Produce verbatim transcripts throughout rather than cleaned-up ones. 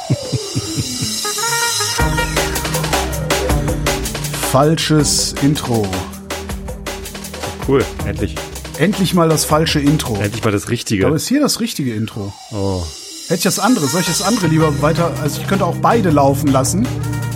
Falsches Intro. Cool, endlich. Endlich mal das falsche Intro. Endlich mal das Richtige. Aber ist hier das richtige Intro? Oh. Hätte ich das andere, soll ich das andere lieber weiter, also ich könnte auch beide laufen lassen.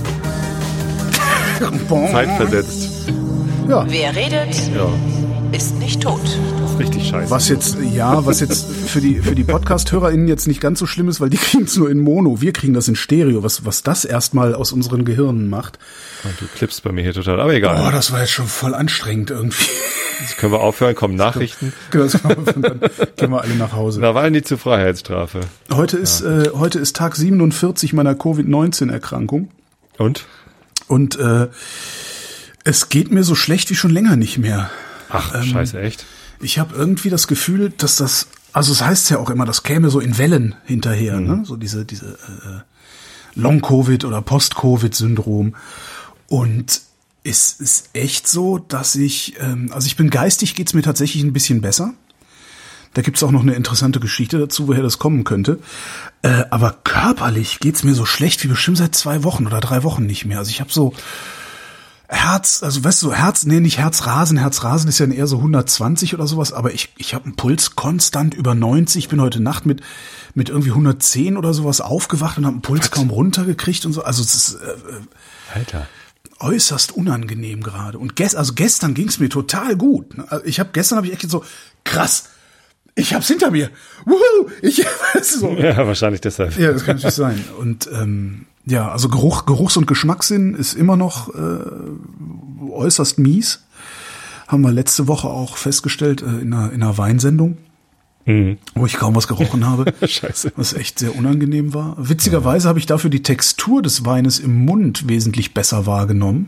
Zeitversetzt. Ja. Wer redet, Ja, ist nicht tot. das ist richtig scheiße. Was jetzt, ja, was jetzt für die, für die Podcast-HörerInnen jetzt nicht ganz so schlimm ist, weil die kriegen es nur in Mono, wir kriegen das in Stereo, was, was das erstmal aus unseren Gehirnen macht. Und du klippst bei mir hier total, aber egal. Boah, das war jetzt schon voll anstrengend irgendwie. Jetzt können wir aufhören, kommen Nachrichten. Genau, das machen wir, dann gehen wir alle nach Hause. Nawalny zur Freiheitsstrafe. Heute ist, äh, heute ist Tag siebenundvierzig meiner Covid neunzehn Erkrankung. Und? Und äh, es geht mir so schlecht wie schon länger nicht mehr. Ach, Ähm, scheiße, echt? Ich habe irgendwie das Gefühl, dass das, also es heißt ja auch immer, das käme so in Wellen hinterher, Mhm. ne? So diese diese äh, Long-Covid oder Post-Covid-Syndrom. Und es ist echt so, dass ich, ähm, also ich bin geistig, geht's mir tatsächlich ein bisschen besser. Da gibt's auch noch eine interessante Geschichte dazu, woher das kommen könnte. Äh, aber körperlich geht's mir so schlecht wie bestimmt seit zwei Wochen oder drei Wochen nicht mehr. Also ich habe so Herz, also weißt du, so Herz, nee, nicht Herzrasen. Herzrasen ist ja eher so hundertzwanzig oder sowas, aber ich ich habe einen Puls konstant über neunzig. Ich bin heute Nacht mit mit irgendwie hundertzehn oder sowas aufgewacht und habe einen Puls kaum runtergekriegt und so. Also es ist äh, Alter. äußerst unangenehm gerade. Und gest, also gestern ging's mir total gut. Also ich habe gestern habe ich echt so krass. Ich hab's hinter mir. Wuhu! Ich weißt du, so. Ja, wahrscheinlich deshalb. Ja, das kann natürlich sein. Und ähm, ja, also Geruch, Geruchs- und Geschmackssinn ist immer noch äh, äußerst mies. Haben wir letzte Woche auch festgestellt äh, in, einer, in einer Weinsendung, Mhm. wo ich kaum was gerochen habe, Scheiße. was echt sehr unangenehm war. Witzigerweise habe ich dafür die Textur des Weines im Mund wesentlich besser wahrgenommen.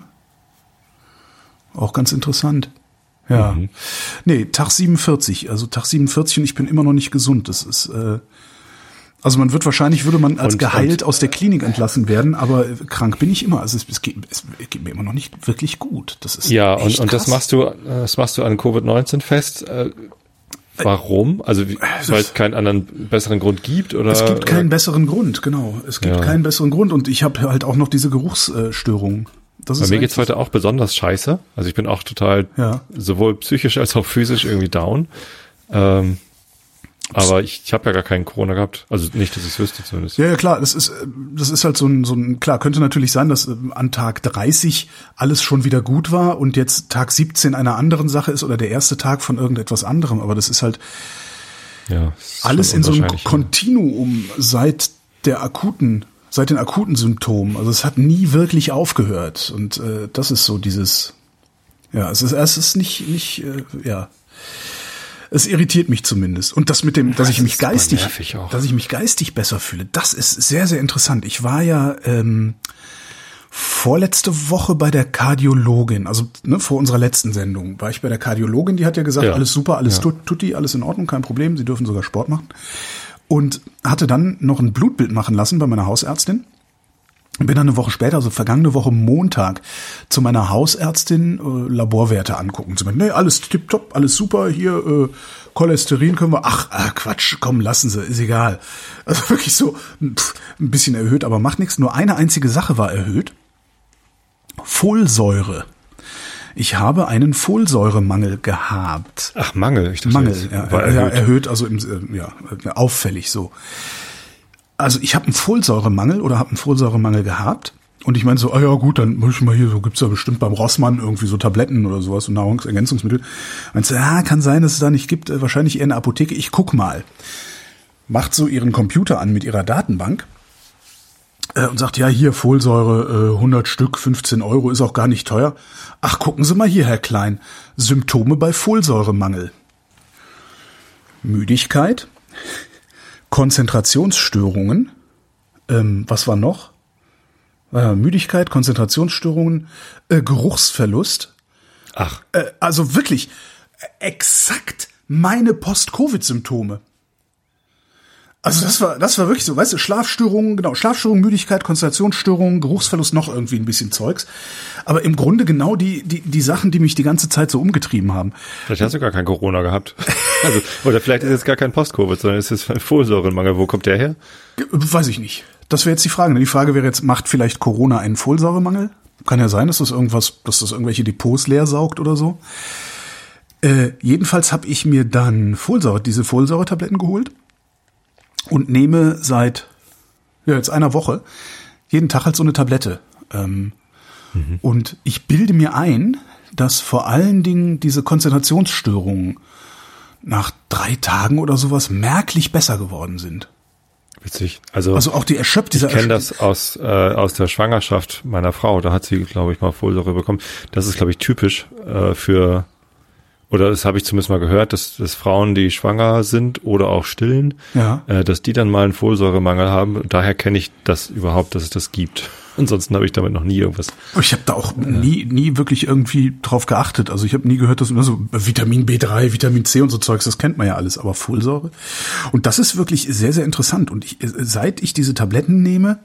Auch ganz interessant. Ja. Mhm. Nee, Tag siebenundvierzig, also Tag siebenundvierzig und ich bin immer noch nicht gesund. Das ist, äh, also man wird wahrscheinlich, würde man als Und- geheilt und- aus der Klinik entlassen werden, aber krank bin ich immer. Also es, es, geht, es geht mir immer noch nicht wirklich gut. Das ist Ja, echt und, und das krass. machst du, das machst du an Covid neunzehn fest. Äh, warum? Also, wie- weil es keinen anderen besseren Grund gibt, oder? Es gibt keinen besseren Grund, genau. Es gibt Ja. keinen besseren Grund und ich habe halt auch noch diese Geruchsstörung. Das Bei ist mir geht's eigentlich- heute auch besonders scheiße. Also ich bin auch total Ja. sowohl psychisch als auch physisch irgendwie down. Ähm, aber ich, ich habe ja gar keinen Corona gehabt. Also nicht, dass ich es wüsste zumindest. Ja, ja, klar, das ist, äh, das ist halt so ein, so ein, klar, könnte natürlich sein, dass äh, an Tag dreißig alles schon wieder gut war und jetzt Tag siebzehn einer anderen Sache ist oder der erste Tag von irgendetwas anderem, aber das ist halt Ja, ist alles schon in so einem unwahrscheinlich, ja. Kontinuum seit der akuten, seit den akuten Symptomen. Also es hat nie wirklich aufgehört und äh, das ist so dieses, ja, es ist, es ist nicht, nicht, äh, ja. Es irritiert mich zumindest. Und das mit dem, dass das ich mich ist super geistig, nervig auch. dass ich mich geistig besser fühle, das ist sehr, sehr interessant. Ich war ja ähm, vorletzte Woche bei der Kardiologin, also ne, vor unserer letzten Sendung war ich bei der Kardiologin, die hat ja gesagt, Ja. alles super, alles Ja. tut- tutti, alles in Ordnung, kein Problem, Sie dürfen sogar Sport machen. Und hatte dann noch ein Blutbild machen lassen bei meiner Hausärztin. Und bin dann eine Woche später, also vergangene Woche Montag, zu meiner Hausärztin äh, Laborwerte angucken. Sie meinte, nee, alles tipptopp, alles super, hier äh, Cholesterin können wir, ach, ah, Quatsch, komm, lassen Sie, ist egal. Also wirklich so pff, ein bisschen erhöht, aber macht nichts. Nur eine einzige Sache war erhöht. Folsäure. Ich habe einen Folsäuremangel gehabt. Ach, Mangel. Ich dachte, Mangel, jetzt ja, war ja, erhöht. erhöht, also im, äh, ja, auffällig so. Also ich habe einen Folsäuremangel oder habe einen Folsäuremangel gehabt und ich meine so, ah ja gut, dann muss ich mal hier, so gibt's ja bestimmt beim Rossmann irgendwie so Tabletten oder sowas, so Nahrungsergänzungsmittel. Meinst du, ja, kann sein, dass es da nicht gibt, äh, wahrscheinlich eher in der Apotheke. Ich guck mal. Macht so ihren Computer an mit ihrer Datenbank äh, und sagt, ja, hier Folsäure, äh, hundert Stück, fünfzehn Euro, ist auch gar nicht teuer. Ach, gucken Sie mal hier, Herr Klein. Symptome bei Folsäuremangel. Müdigkeit, Konzentrationsstörungen, ähm, was war noch? Äh, Müdigkeit, Konzentrationsstörungen, äh, Geruchsverlust. Ach, Äh, also wirklich äh, exakt meine Post-Covid-Symptome. Also das war, das war wirklich so, weißt du, Schlafstörungen, genau, Schlafstörungen, Müdigkeit, Konzentrationsstörungen, Geruchsverlust, noch irgendwie ein bisschen Zeugs. Aber im Grunde genau die, die, die Sachen, die mich die ganze Zeit so umgetrieben haben. vielleicht hast du gar kein Corona gehabt. Also, oder vielleicht ist jetzt gar kein Post-Covid, sondern es ist ein Folsäuremangel. Wo kommt der her? Ge- Weiß ich nicht. das wäre jetzt die Frage. Die Frage wäre jetzt, macht vielleicht Corona einen Folsäuremangel? Kann ja sein, dass das irgendwas, dass das irgendwelche Depots leer saugt oder so. Äh, jedenfalls habe ich mir dann Folsäure, diese Folsäure-Tabletten geholt und nehme seit ja, jetzt einer Woche jeden Tag halt so eine Tablette. Ähm, mhm. Und ich bilde mir ein, dass vor allen Dingen diese Konzentrationsstörungen nach drei Tagen oder sowas merklich besser geworden sind. Witzig. Also, also auch die Erschöpfung dieser Ich kenne das aus, äh, aus der Schwangerschaft meiner Frau. Da hat sie, glaube ich, mal Folsäure bekommen. Das ist, glaube ich, typisch äh, für, oder das habe ich zumindest mal gehört, dass, dass Frauen, die schwanger sind oder auch stillen, ja. äh, dass die dann mal einen Folsäuremangel haben. Daher kenne ich das überhaupt, dass es das gibt. Ansonsten habe ich damit noch nie irgendwas. Ich habe da auch nie nie wirklich irgendwie drauf geachtet. Also ich habe nie gehört, dass so Vitamin B drei, Vitamin C und so Zeugs, das kennt man ja alles, aber Folsäure. Und das ist wirklich sehr, sehr interessant. Und ich, seit ich diese Tabletten nehme,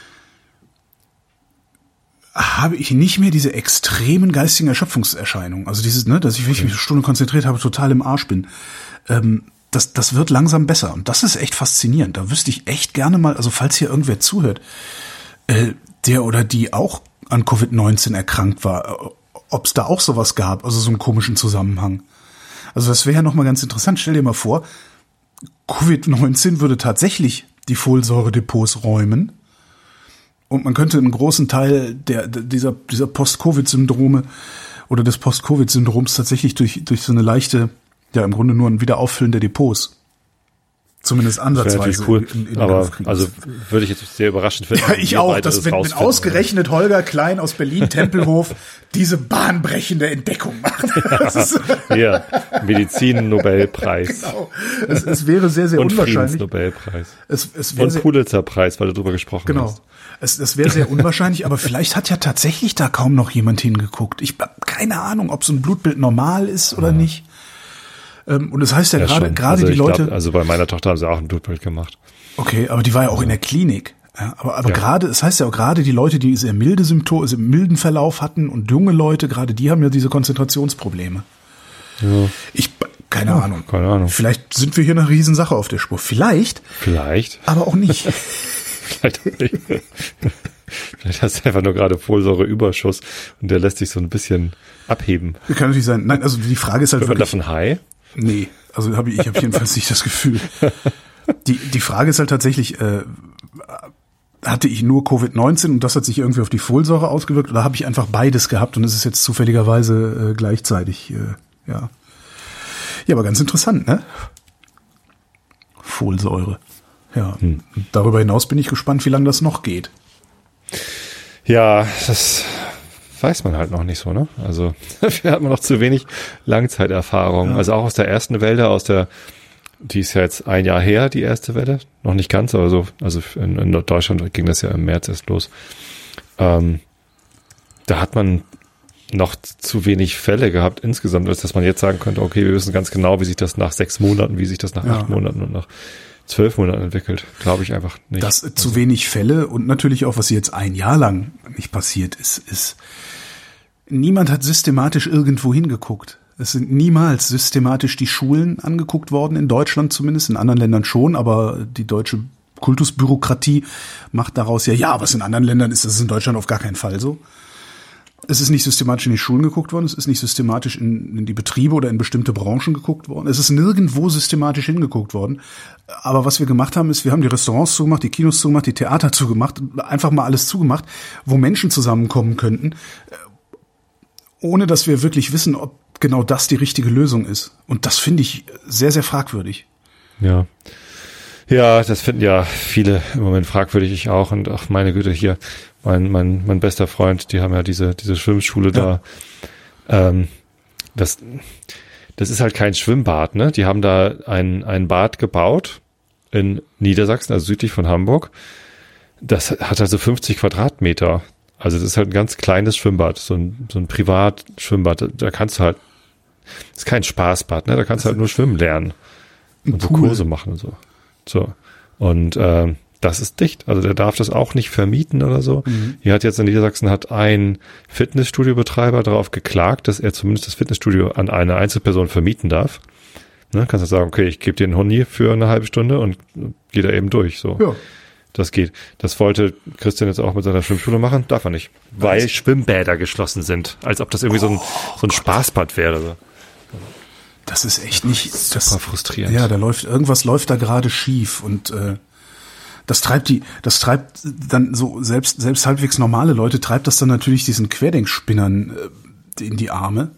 habe ich nicht mehr diese extremen geistigen Erschöpfungserscheinungen. Also dieses, ne, dass ich, wenn ich mich eine Stunde konzentriert habe, total im Arsch bin. Ähm, das, das wird langsam besser. Und das ist echt faszinierend. Da wüsste ich echt gerne mal, also falls hier irgendwer zuhört, äh, der oder die auch an Covid neunzehn erkrankt war, ob es da auch sowas gab, also so einen komischen Zusammenhang. Also das wäre ja nochmal ganz interessant. Stell dir mal vor, Covid neunzehn würde tatsächlich die Folsäuredepots räumen und man könnte einen großen Teil der, dieser, dieser Post-Covid-Syndrome oder des Post-Covid-Syndroms tatsächlich durch, durch so eine leichte, ja im Grunde nur ein Wiederauffüllen der Depots. Zumindest ansatzweise. Cool, in, in aber also würde ich jetzt sehr überraschend finden. Ja, ich auch. Das, wenn, wenn ausgerechnet Holger Klein aus Berlin-Tempelhof diese bahnbrechende Entdeckung macht. Das ist ja, Medizin-Nobelpreis. Genau. Es, es wäre sehr, sehr und unwahrscheinlich. Friedensnobelpreis. Es, es und Pulitzer-Preis, weil du drüber gesprochen genau. hast. Genau. Es, es wäre sehr unwahrscheinlich, aber vielleicht hat ja tatsächlich da kaum noch jemand hingeguckt. Ich habe keine Ahnung, ob so ein Blutbild normal ist oder ja. nicht. Und das heißt ja, ja gerade gerade also die Leute. Glaub, also bei meiner Tochter haben sie auch ein Blutbild gemacht. Okay, aber die war ja auch ja. in der Klinik. Ja, aber aber ja. gerade, es heißt ja auch gerade die Leute, die sehr milde Symptome, also milden Verlauf hatten und junge Leute, gerade die haben ja diese Konzentrationsprobleme. Ja. Ich keine ja, Ahnung. Keine Ahnung. Vielleicht sind wir hier eine Riesensache auf der Spur. Vielleicht. Vielleicht. Aber auch nicht. Vielleicht auch nicht. Vielleicht hast du einfach nur gerade Folsäureüberschuss und der lässt sich so ein bisschen abheben. Kann natürlich sein. Nein, also die Frage ist halt Wird man wirklich. davon high? Nee, also hab ich, ich habe jedenfalls nicht das Gefühl. Die die Frage ist halt tatsächlich, äh, hatte ich nur Covid neunzehn und das hat sich irgendwie auf die Folsäure ausgewirkt oder habe ich einfach beides gehabt und es ist jetzt zufälligerweise äh, gleichzeitig, äh, ja. Ja, aber ganz interessant, ne? Folsäure. Ja, hm. Darüber hinaus bin ich gespannt, wie lange das noch geht. Ja, das weiß man halt noch nicht so, ne? Also wir haben noch zu wenig Langzeiterfahrung. Ja. Also auch aus der ersten Welle, aus der, die ist ja jetzt ein Jahr her, die erste Welle. Noch nicht ganz, aber so, also in, in Deutschland ging das ja im März erst los. Ähm, da hat man noch zu wenig Fälle gehabt insgesamt, als dass man jetzt sagen könnte, okay, wir wissen ganz genau, wie sich das nach sechs Monaten, wie sich das nach ja. acht Monaten und nach zwölf Monaten entwickelt. Glaube ich einfach nicht. Dass also. zu wenig Fälle und natürlich auch, was jetzt ein Jahr lang nicht passiert ist, ist, niemand hat systematisch irgendwo hingeguckt. Es sind niemals systematisch die Schulen angeguckt worden, in Deutschland zumindest, in anderen Ländern schon, aber die deutsche Kultusbürokratie macht daraus ja, ja, was in anderen Ländern ist, das ist in Deutschland auf gar keinen Fall so. Es ist nicht systematisch in die Schulen geguckt worden, es ist nicht systematisch in, in die Betriebe oder in bestimmte Branchen geguckt worden. Es ist nirgendwo systematisch hingeguckt worden. Aber was wir gemacht haben, ist, wir haben die Restaurants zugemacht, die Kinos zugemacht, die Theater zugemacht, einfach mal alles zugemacht, wo Menschen zusammenkommen könnten, ohne dass wir wirklich wissen, ob genau das die richtige Lösung ist. Und das finde ich sehr, sehr fragwürdig. Ja. Ja, das finden ja viele im Moment fragwürdig, ich auch. Und ach, meine Güte, hier, mein, mein, mein bester Freund, die haben ja diese, diese Schwimmschule ja. da. Ähm, das, das ist halt kein Schwimmbad, ne? Die haben da ein, ein Bad gebaut in Niedersachsen, also südlich von Hamburg. Das hat also fünfzig Quadratmeter. Also das ist halt ein ganz kleines Schwimmbad, so ein, so ein Privatschwimmbad. Da, da kannst du halt, das ist kein Spaßbad, ne? Da kannst du halt nur schwimmen lernen und so Kurse machen und so. So. Und äh, das ist dicht. Also der darf das auch nicht vermieten oder so. Mhm. Hier hat jetzt in Niedersachsen hat ein Fitnessstudio-Betreiber darauf geklagt, dass er zumindest das Fitnessstudio an eine Einzelperson vermieten darf. Ne, kannst du sagen, okay, ich gebe dir einen Huni für eine halbe Stunde und gehe da eben durch. So. Ja. das geht. Das wollte Christian jetzt auch mit seiner Schwimmschule machen, darf er nicht, weil Was? Schwimmbäder geschlossen sind, als ob das irgendwie oh, so ein, so ein Spaßbad wäre. So. Das ist echt nicht super das, frustrierend. Ja, da läuft irgendwas läuft da gerade schief und äh, das treibt die, das treibt dann so selbst selbst halbwegs normale Leute treibt das dann natürlich diesen Querdenkspinnern äh, in die Arme,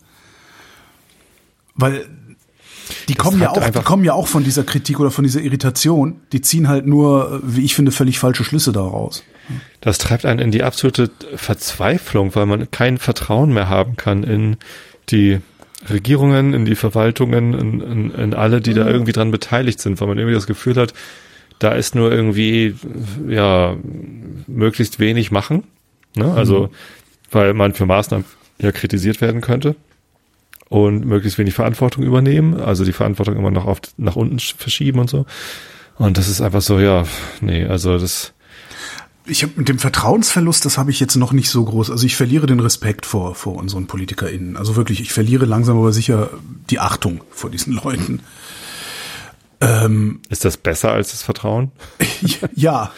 weil die das kommen ja auch, die kommen ja auch von dieser Kritik oder von dieser Irritation. Die ziehen halt nur, wie ich finde, völlig falsche Schlüsse daraus. Das treibt einen in die absolute Verzweiflung, weil man kein Vertrauen mehr haben kann in die Regierungen, in die Verwaltungen, in, in, in alle, die da irgendwie dran beteiligt sind, weil man irgendwie das Gefühl hat, da ist nur irgendwie, ja, möglichst wenig machen, ne? Also, mhm. weil man für Maßnahmen ja kritisiert werden könnte. Und möglichst wenig Verantwortung übernehmen, also die Verantwortung immer noch auf nach unten verschieben und so. Und das ist einfach so, ja, nee, also das. Ich habe mit dem Vertrauensverlust, das habe ich jetzt noch nicht so groß. Also ich verliere den Respekt vor vor unseren PolitikerInnen. Also wirklich, ich verliere langsam aber sicher die Achtung vor diesen Leuten. Ähm, ist das besser als das Vertrauen? Ja.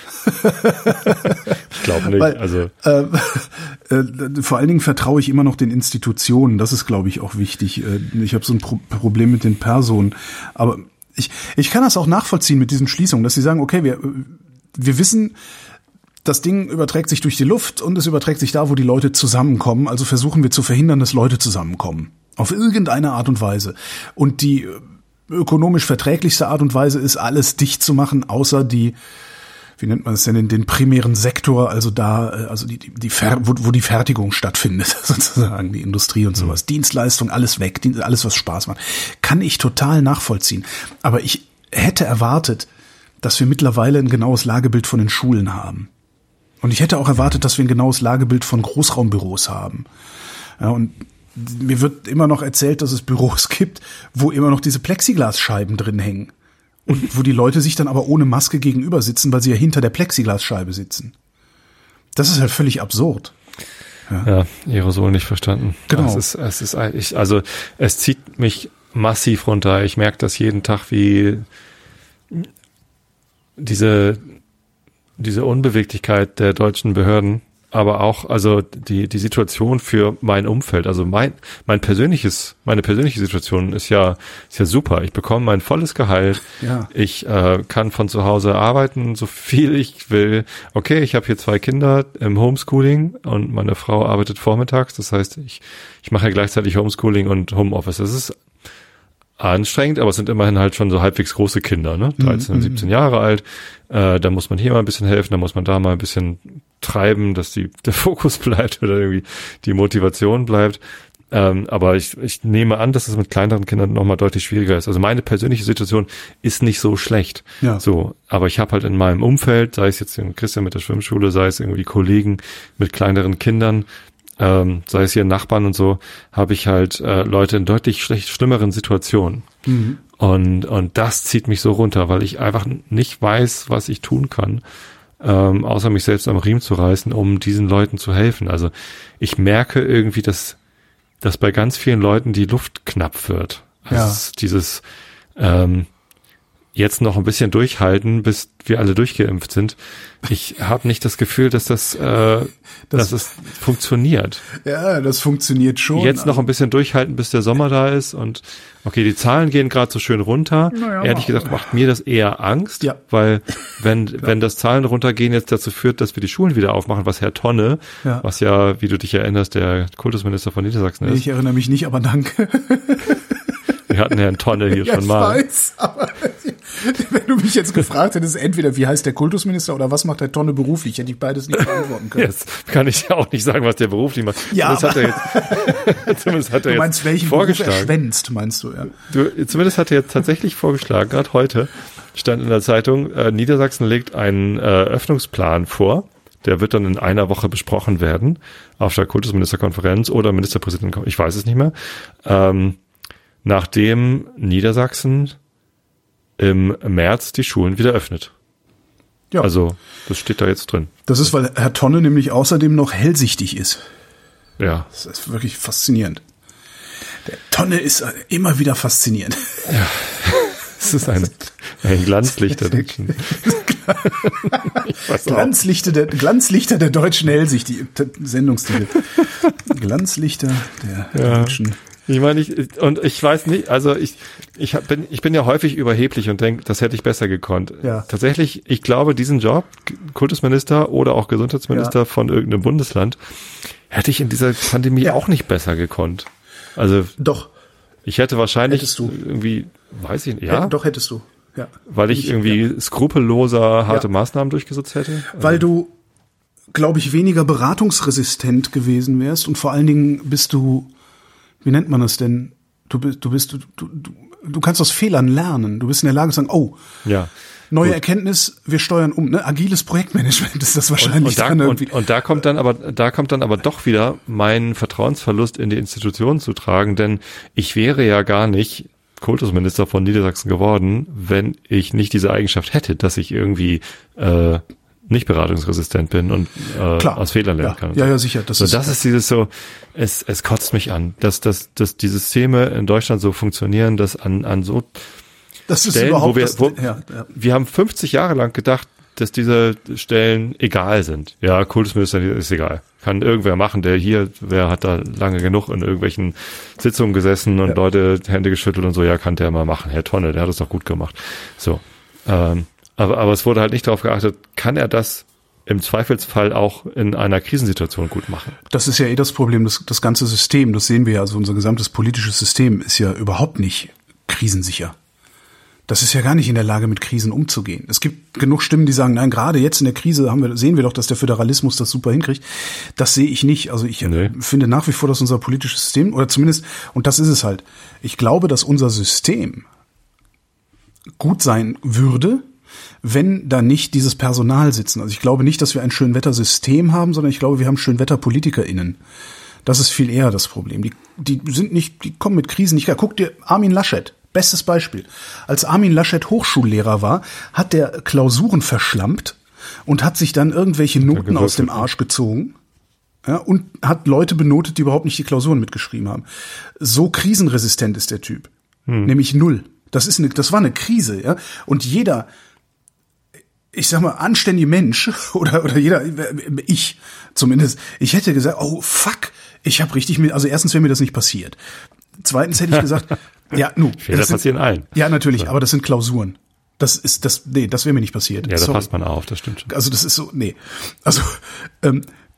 Ich glaube nicht. Weil, also äh, äh, vor allen Dingen vertraue ich immer noch den Institutionen. Das ist, glaube ich, auch wichtig. Äh, ich habe so ein Pro- Problem mit den Personen. Aber ich, ich kann das auch nachvollziehen mit diesen Schließungen, dass sie sagen, okay, wir, wir wissen, das Ding überträgt sich durch die Luft und es überträgt sich da, wo die Leute zusammenkommen. Also versuchen wir zu verhindern, dass Leute zusammenkommen. Auf irgendeine Art und Weise. Und die ökonomisch verträglichste Art und Weise ist, alles dicht zu machen, außer die, wie nennt man es denn, den, den primären Sektor, also da, also die, die, die Fer- wo, wo die Fertigung stattfindet, sozusagen, die Industrie und sowas. Mhm. Dienstleistung, alles weg, alles, was Spaß macht. Kann ich total nachvollziehen. Aber ich hätte erwartet, dass wir mittlerweile ein genaues Lagebild von den Schulen haben. Und ich hätte auch erwartet, dass wir ein genaues Lagebild von Großraumbüros haben. Ja, und mir wird immer noch erzählt, dass es Büros gibt, wo immer noch diese Plexiglasscheiben drin hängen. Und wo die Leute sich dann aber ohne Maske gegenüber sitzen, weil sie ja hinter der Plexiglasscheibe sitzen. Das ist halt völlig absurd. Ja, ja, Aerosol nicht verstanden. Genau. Es ist, es ist, ich, also, es zieht mich massiv runter. Ich merke das jeden Tag, wie diese, diese Unbeweglichkeit der deutschen Behörden, aber auch, also die die Situation für mein Umfeld, also mein mein persönliches meine persönliche Situation ist ja ist ja super. Ich bekomme mein volles Gehalt. Ja. Ich äh, kann von zu Hause arbeiten, so viel ich will. Okay, ich habe hier zwei Kinder im Homeschooling und meine Frau arbeitet vormittags. Das heißt, ich ich mache ja gleichzeitig Homeschooling und Homeoffice. Das ist anstrengend, aber es sind immerhin halt schon so halbwegs große Kinder, ne? dreizehn, siebzehn Jahre alt. Äh, da muss man hier mal ein bisschen helfen, da muss man da mal ein bisschen treiben, dass die der Fokus bleibt oder irgendwie die Motivation bleibt. Ähm, aber ich, ich nehme an, dass es mit kleineren Kindern nochmal deutlich schwieriger ist. Also meine persönliche Situation ist nicht so schlecht. Ja. So, aber ich habe halt in meinem Umfeld, sei es jetzt Christian mit der Schwimmschule, sei es irgendwie Kollegen mit kleineren Kindern, Ähm, sei es hier Nachbarn und so, habe ich halt äh, Leute in deutlich schlecht schlimmeren Situationen. Mhm. Und und das zieht mich so runter, weil ich einfach nicht weiß, was ich tun kann, ähm, außer mich selbst am Riemen zu reißen, um diesen Leuten zu helfen. Also ich merke irgendwie, dass, dass bei ganz vielen Leuten die Luft knapp wird. Also ja. es ist dieses ähm, jetzt noch ein bisschen durchhalten, bis wir alle durchgeimpft sind. Ich habe nicht das Gefühl, dass das, äh, das dass es funktioniert. Ja, das funktioniert schon. Jetzt noch ein bisschen durchhalten, bis der Sommer da ist und okay, die Zahlen gehen gerade so schön runter. Naja, ehrlich gesagt macht mir das eher Angst, ja. weil wenn wenn das Zahlen runtergehen jetzt dazu führt, dass wir die Schulen wieder aufmachen, was Herr Tonne, ja. was ja, wie du dich erinnerst, der Kultusminister von Niedersachsen ist. Ich erinnere mich nicht, aber danke. Wir hatten Herrn Tonne hier ja, schon mal. Ich weiß, aber wenn du mich jetzt gefragt hättest, entweder wie heißt der Kultusminister oder was macht der Tonne beruflich, hätte ich beides nicht beantworten können. Jetzt kann ich ja auch nicht sagen, was der beruflich macht. Ja, zumindest hat er jetzt, zumindest hat er du meinst, jetzt welchen vorgeschlagen. Beruf er schwänzt, meinst du, ja. Du, zumindest hat er jetzt tatsächlich vorgeschlagen, gerade heute stand in der Zeitung, äh, Niedersachsen legt einen äh, Öffnungsplan vor. Der wird dann in einer Woche besprochen werden auf der Kultusministerkonferenz oder Ministerpräsidentenkonferenz, ich weiß es nicht mehr. Ähm, nachdem Niedersachsen im März die Schulen wieder öffnet. Ja. Also, das steht da jetzt drin. Das ist, weil Herr Tonne nämlich außerdem noch hellsichtig ist. Ja. Das ist wirklich faszinierend. Der Tonne ist immer wieder faszinierend. Ja. Es ist ein, ein Glanzlicht der Deutschen. Glanzlichter der, Glanzlichter der deutschen Hellsicht, die Sendungstitel. Glanzlichter der ja. deutschen. Ich meine, ich, und ich weiß nicht, also ich, ich hab, bin, ich bin ja häufig überheblich und denke, das hätte ich besser gekonnt. Ja. Tatsächlich, ich glaube, diesen Job, Kultusminister oder auch Gesundheitsminister ja. von irgendeinem Bundesland, hätte ich in dieser Pandemie ja. auch nicht besser gekonnt. Also. Doch. Ich hätte wahrscheinlich hättest du. irgendwie, weiß ich nicht, ja. Doch, hättest du. Ja. Weil ich, ich irgendwie ja. skrupelloser harte ja. Maßnahmen durchgesetzt hätte? Weil du, glaube ich, weniger beratungsresistent gewesen wärst und vor allen Dingen bist du, wie nennt man das denn? Du bist, du bist, du, du, du kannst aus Fehlern lernen. Du bist in der Lage zu sagen, oh, ja. neue Gut. Erkenntnis, wir steuern um, ne? Agiles Projektmanagement ist das wahrscheinlich. Und, und, da, und, und da kommt dann aber, da kommt dann aber doch wieder mein Vertrauensverlust in die Institutionen zu tragen, denn ich wäre ja gar nicht Kultusminister von Niedersachsen geworden, wenn ich nicht diese Eigenschaft hätte, dass ich irgendwie äh, nicht beratungsresistent bin und äh, Klar. aus Fehlern lernen ja. kann. Ja, ja, sicher. Das, so, ist, das ist dieses so, es, es kotzt mich an, dass, dass, dass die Systeme in Deutschland so funktionieren, dass an, an so Das ist Stellen, überhaupt wo wir, das, wo, ja, ja. wir haben fünfzig Jahre lang gedacht, dass diese Stellen egal sind. Ja, Kultusminister ist egal. Kann irgendwer machen, der hier, wer hat da lange genug in irgendwelchen Sitzungen gesessen und ja. Leute Hände geschüttelt und so, ja, kann der mal machen. Herr Tonne, der hat es doch gut gemacht. So. Ähm, aber, aber es wurde halt nicht darauf geachtet, kann er das im Zweifelsfall auch in einer Krisensituation gut machen. Das ist ja eh das Problem, das, das ganze System, das sehen wir ja, also unser gesamtes politisches System ist ja überhaupt nicht krisensicher. Das ist ja gar nicht in der Lage, mit Krisen umzugehen. Es gibt genug Stimmen, die sagen, nein, gerade jetzt in der Krise haben wir, sehen wir doch, dass der Föderalismus das super hinkriegt. Das sehe ich nicht. Also ich nee. finde nach wie vor, dass unser politisches System, oder zumindest, und das ist es halt, ich glaube, dass unser System gut sein würde, wenn da nicht dieses Personal sitzen. Also ich glaube nicht, dass wir ein Schönwettersystem haben, sondern ich glaube, wir haben SchönwetterpolitikerInnen. Das ist viel eher das Problem. Die, die sind nicht, die kommen mit Krisen nicht klar. Guck dir Armin Laschet. Bestes Beispiel. Als Armin Laschet Hochschullehrer war, hat der Klausuren verschlampt und hat sich dann irgendwelche Noten aus dem Arsch gezogen, ja, und hat Leute benotet, die überhaupt nicht die Klausuren mitgeschrieben haben. So krisenresistent ist der Typ. Hm. Nämlich null. Das ist eine, das war eine Krise, ja. Und jeder, ich sag mal, anständige Mensch oder, oder jeder, ich zumindest, ich hätte gesagt, oh fuck, ich habe richtig mit, also erstens wäre mir das nicht passiert. Zweitens hätte ich gesagt, ja, nu. Fehler passieren allen. Ja, natürlich, ja. Aber das sind Klausuren. Das ist, das, nee, das wäre mir nicht passiert. Ja, da passt man auf, das stimmt schon. Also das ist so, nee. Also, ähm,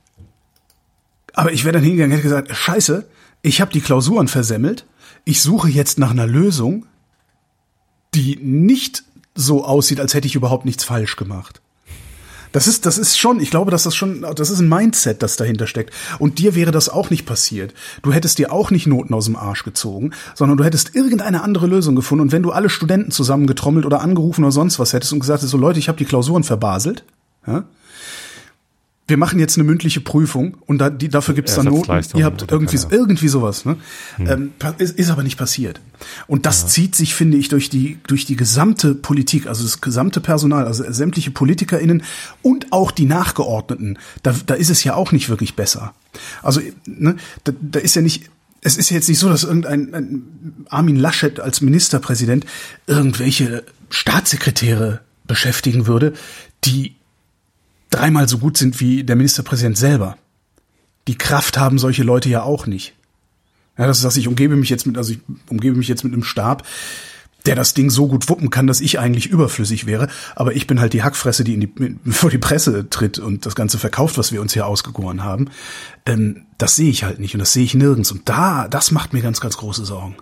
aber ich wäre dann hingegangen und hätte gesagt, scheiße, ich habe die Klausuren versemmelt, ich suche jetzt nach einer Lösung, die nicht so aussieht, als hätte ich überhaupt nichts falsch gemacht. Das ist, das ist schon, ich glaube, dass das schon, das ist ein Mindset, das dahinter steckt. Und dir wäre das auch nicht passiert. Du hättest dir auch nicht Noten aus dem Arsch gezogen, sondern du hättest irgendeine andere Lösung gefunden. Und wenn du alle Studenten zusammengetrommelt oder angerufen oder sonst was hättest und gesagt hättest, so Leute, ich habe die Klausuren verbaselt, ja, wir machen jetzt eine mündliche Prüfung und da, die, dafür gibt's dann Noten. Ihr habt irgendwie, irgendwie sowas, ne? Hm. Ähm, ist, ist aber nicht passiert. Und das ja. zieht sich, finde ich, durch die, durch die gesamte Politik, also das gesamte Personal, also sämtliche PolitikerInnen und auch die Nachgeordneten. Da, da ist es ja auch nicht wirklich besser. Also, ne, da, da ist ja nicht, es ist ja jetzt nicht so, dass irgendein ein Armin Laschet als Ministerpräsident irgendwelche Staatssekretäre beschäftigen würde, die dreimal so gut sind wie der Ministerpräsident selber. Die Kraft haben solche Leute ja auch nicht. Ja, das ist das, ich umgebe mich jetzt mit, also ich umgebe mich jetzt mit einem Stab, der das Ding so gut wuppen kann, dass ich eigentlich überflüssig wäre. Aber ich bin halt die Hackfresse, die in die, vor die Presse tritt und das Ganze verkauft, was wir uns hier ausgegoren haben. Ähm, das sehe ich halt nicht und das sehe ich nirgends. Und da, das macht mir ganz, ganz große Sorgen.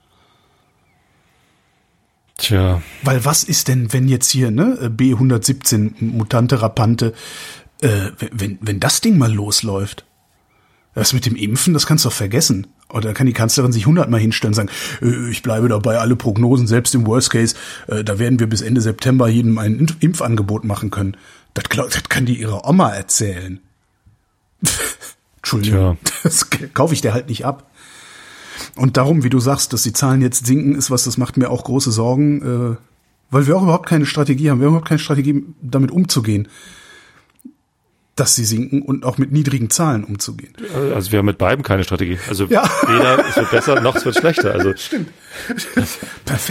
Tja. Weil was ist denn, wenn jetzt hier, ne, B hundertsiebzehn, Mutante Rapante, äh, wenn, wenn das Ding mal losläuft? Das mit dem Impfen, das kannst du doch vergessen. Oder kann die Kanzlerin sich hundertmal hinstellen und sagen, äh, ich bleibe dabei, alle Prognosen, selbst im Worst Case, äh, da werden wir bis Ende September jedem ein Impfangebot machen können. Das, glaub, das kann die ihrer Oma erzählen. Entschuldigung, Tja. Das kaufe ich dir halt nicht ab. Und darum, wie du sagst, dass die Zahlen jetzt sinken, ist was, das macht mir auch große Sorgen, äh, weil wir auch überhaupt keine Strategie haben. Wir haben überhaupt keine Strategie, damit umzugehen, dass sie sinken und auch mit niedrigen Zahlen umzugehen. Also wir haben mit beiden keine Strategie. Also ja. weder es wird besser, noch es wird schlechter. Also stimmt. Perfekt.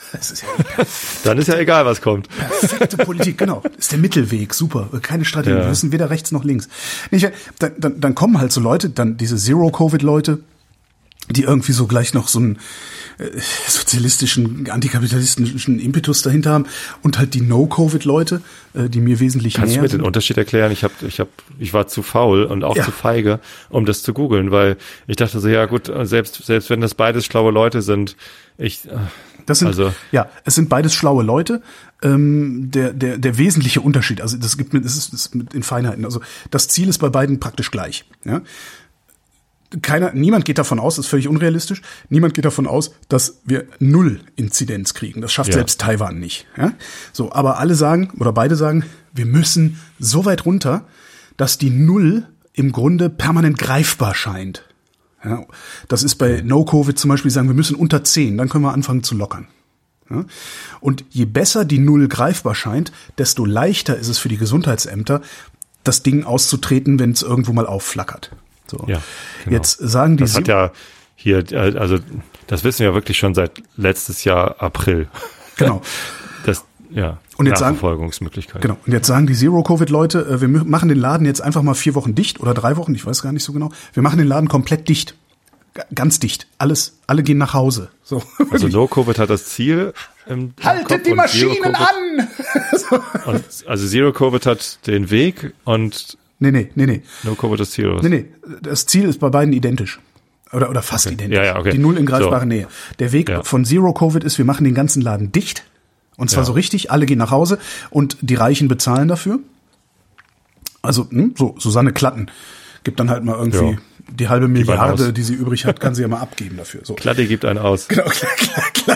Das ist ja Dann ist ja egal, was kommt. Perfekte Politik, genau. Das ist der Mittelweg, super. Keine Strategie, Ja. wir müssen weder rechts noch links. Nicht, dann, dann, dann kommen halt so Leute, dann diese Zero-Covid-Leute, die irgendwie so gleich noch so einen äh, sozialistischen, antikapitalistischen Impetus dahinter haben und halt die No-Covid-Leute, äh, die mir wesentlich Kannst du näher mir sind. den Unterschied erklären? Ich hab, ich hab, ich war zu faul und auch Ja. zu feige, um das zu googeln, weil ich dachte so, ja gut, selbst, selbst wenn das beides schlaue Leute sind, ich, Das sind, also, ja, es sind beides schlaue Leute. Ähm, der, der, der wesentliche Unterschied, also das gibt mit, das ist, das ist mit in Feinheiten. Also das Ziel ist bei beiden praktisch gleich. Ja? Keiner, niemand geht davon aus, das ist völlig unrealistisch. Niemand geht davon aus, dass wir null Inzidenz kriegen. Das schafft Ja. selbst Taiwan nicht. Ja? So, aber alle sagen oder beide sagen, wir müssen so weit runter, dass die Null im Grunde permanent greifbar scheint. Ja, das ist bei No-Covid zum Beispiel, sagen wir müssen unter zehn, dann können wir anfangen zu lockern. Ja, und je besser die Null greifbar scheint, desto leichter ist es für die Gesundheitsämter, das Ding auszutreten, wenn es irgendwo mal aufflackert. So. ja, genau. Jetzt sagen die Das hat ja hier, also das wissen wir wirklich schon seit letztes Jahr April. genau. Das, ja, Und jetzt sagen- Nachverfolgungsmöglichkeit. Genau. Und jetzt sagen die Zero-Covid-Leute, äh, wir mü- machen den Laden jetzt einfach mal vier Wochen dicht oder drei Wochen, ich weiß gar nicht so genau. Wir machen den Laden komplett dicht. G- Ganz dicht. Alles, alle gehen nach Hause. So. Also No-Covid hat das Ziel im Kopf Haltet die und Maschinen Zero-Covid an! Und, also Zero-Covid hat den Weg und Nee, nee, nee, nee. No-Covid das Ziel. Oder was? Nee, nee. Das Ziel ist bei beiden identisch. Oder, oder fast identisch. Ja, ja, okay. Die Null in greifbarer So. Nähe. Der Weg Ja. von Zero-Covid ist, wir machen den ganzen Laden dicht. Und zwar Ja. so richtig, alle gehen nach Hause und die Reichen bezahlen dafür. Also, hm, so, Susanne Klatten gibt dann halt mal irgendwie Ja. die halbe einen Milliarde, aus. die sie übrig hat, kann sie ja mal abgeben dafür. So. Klatti gibt einen aus. Genau, klar, klar, klar.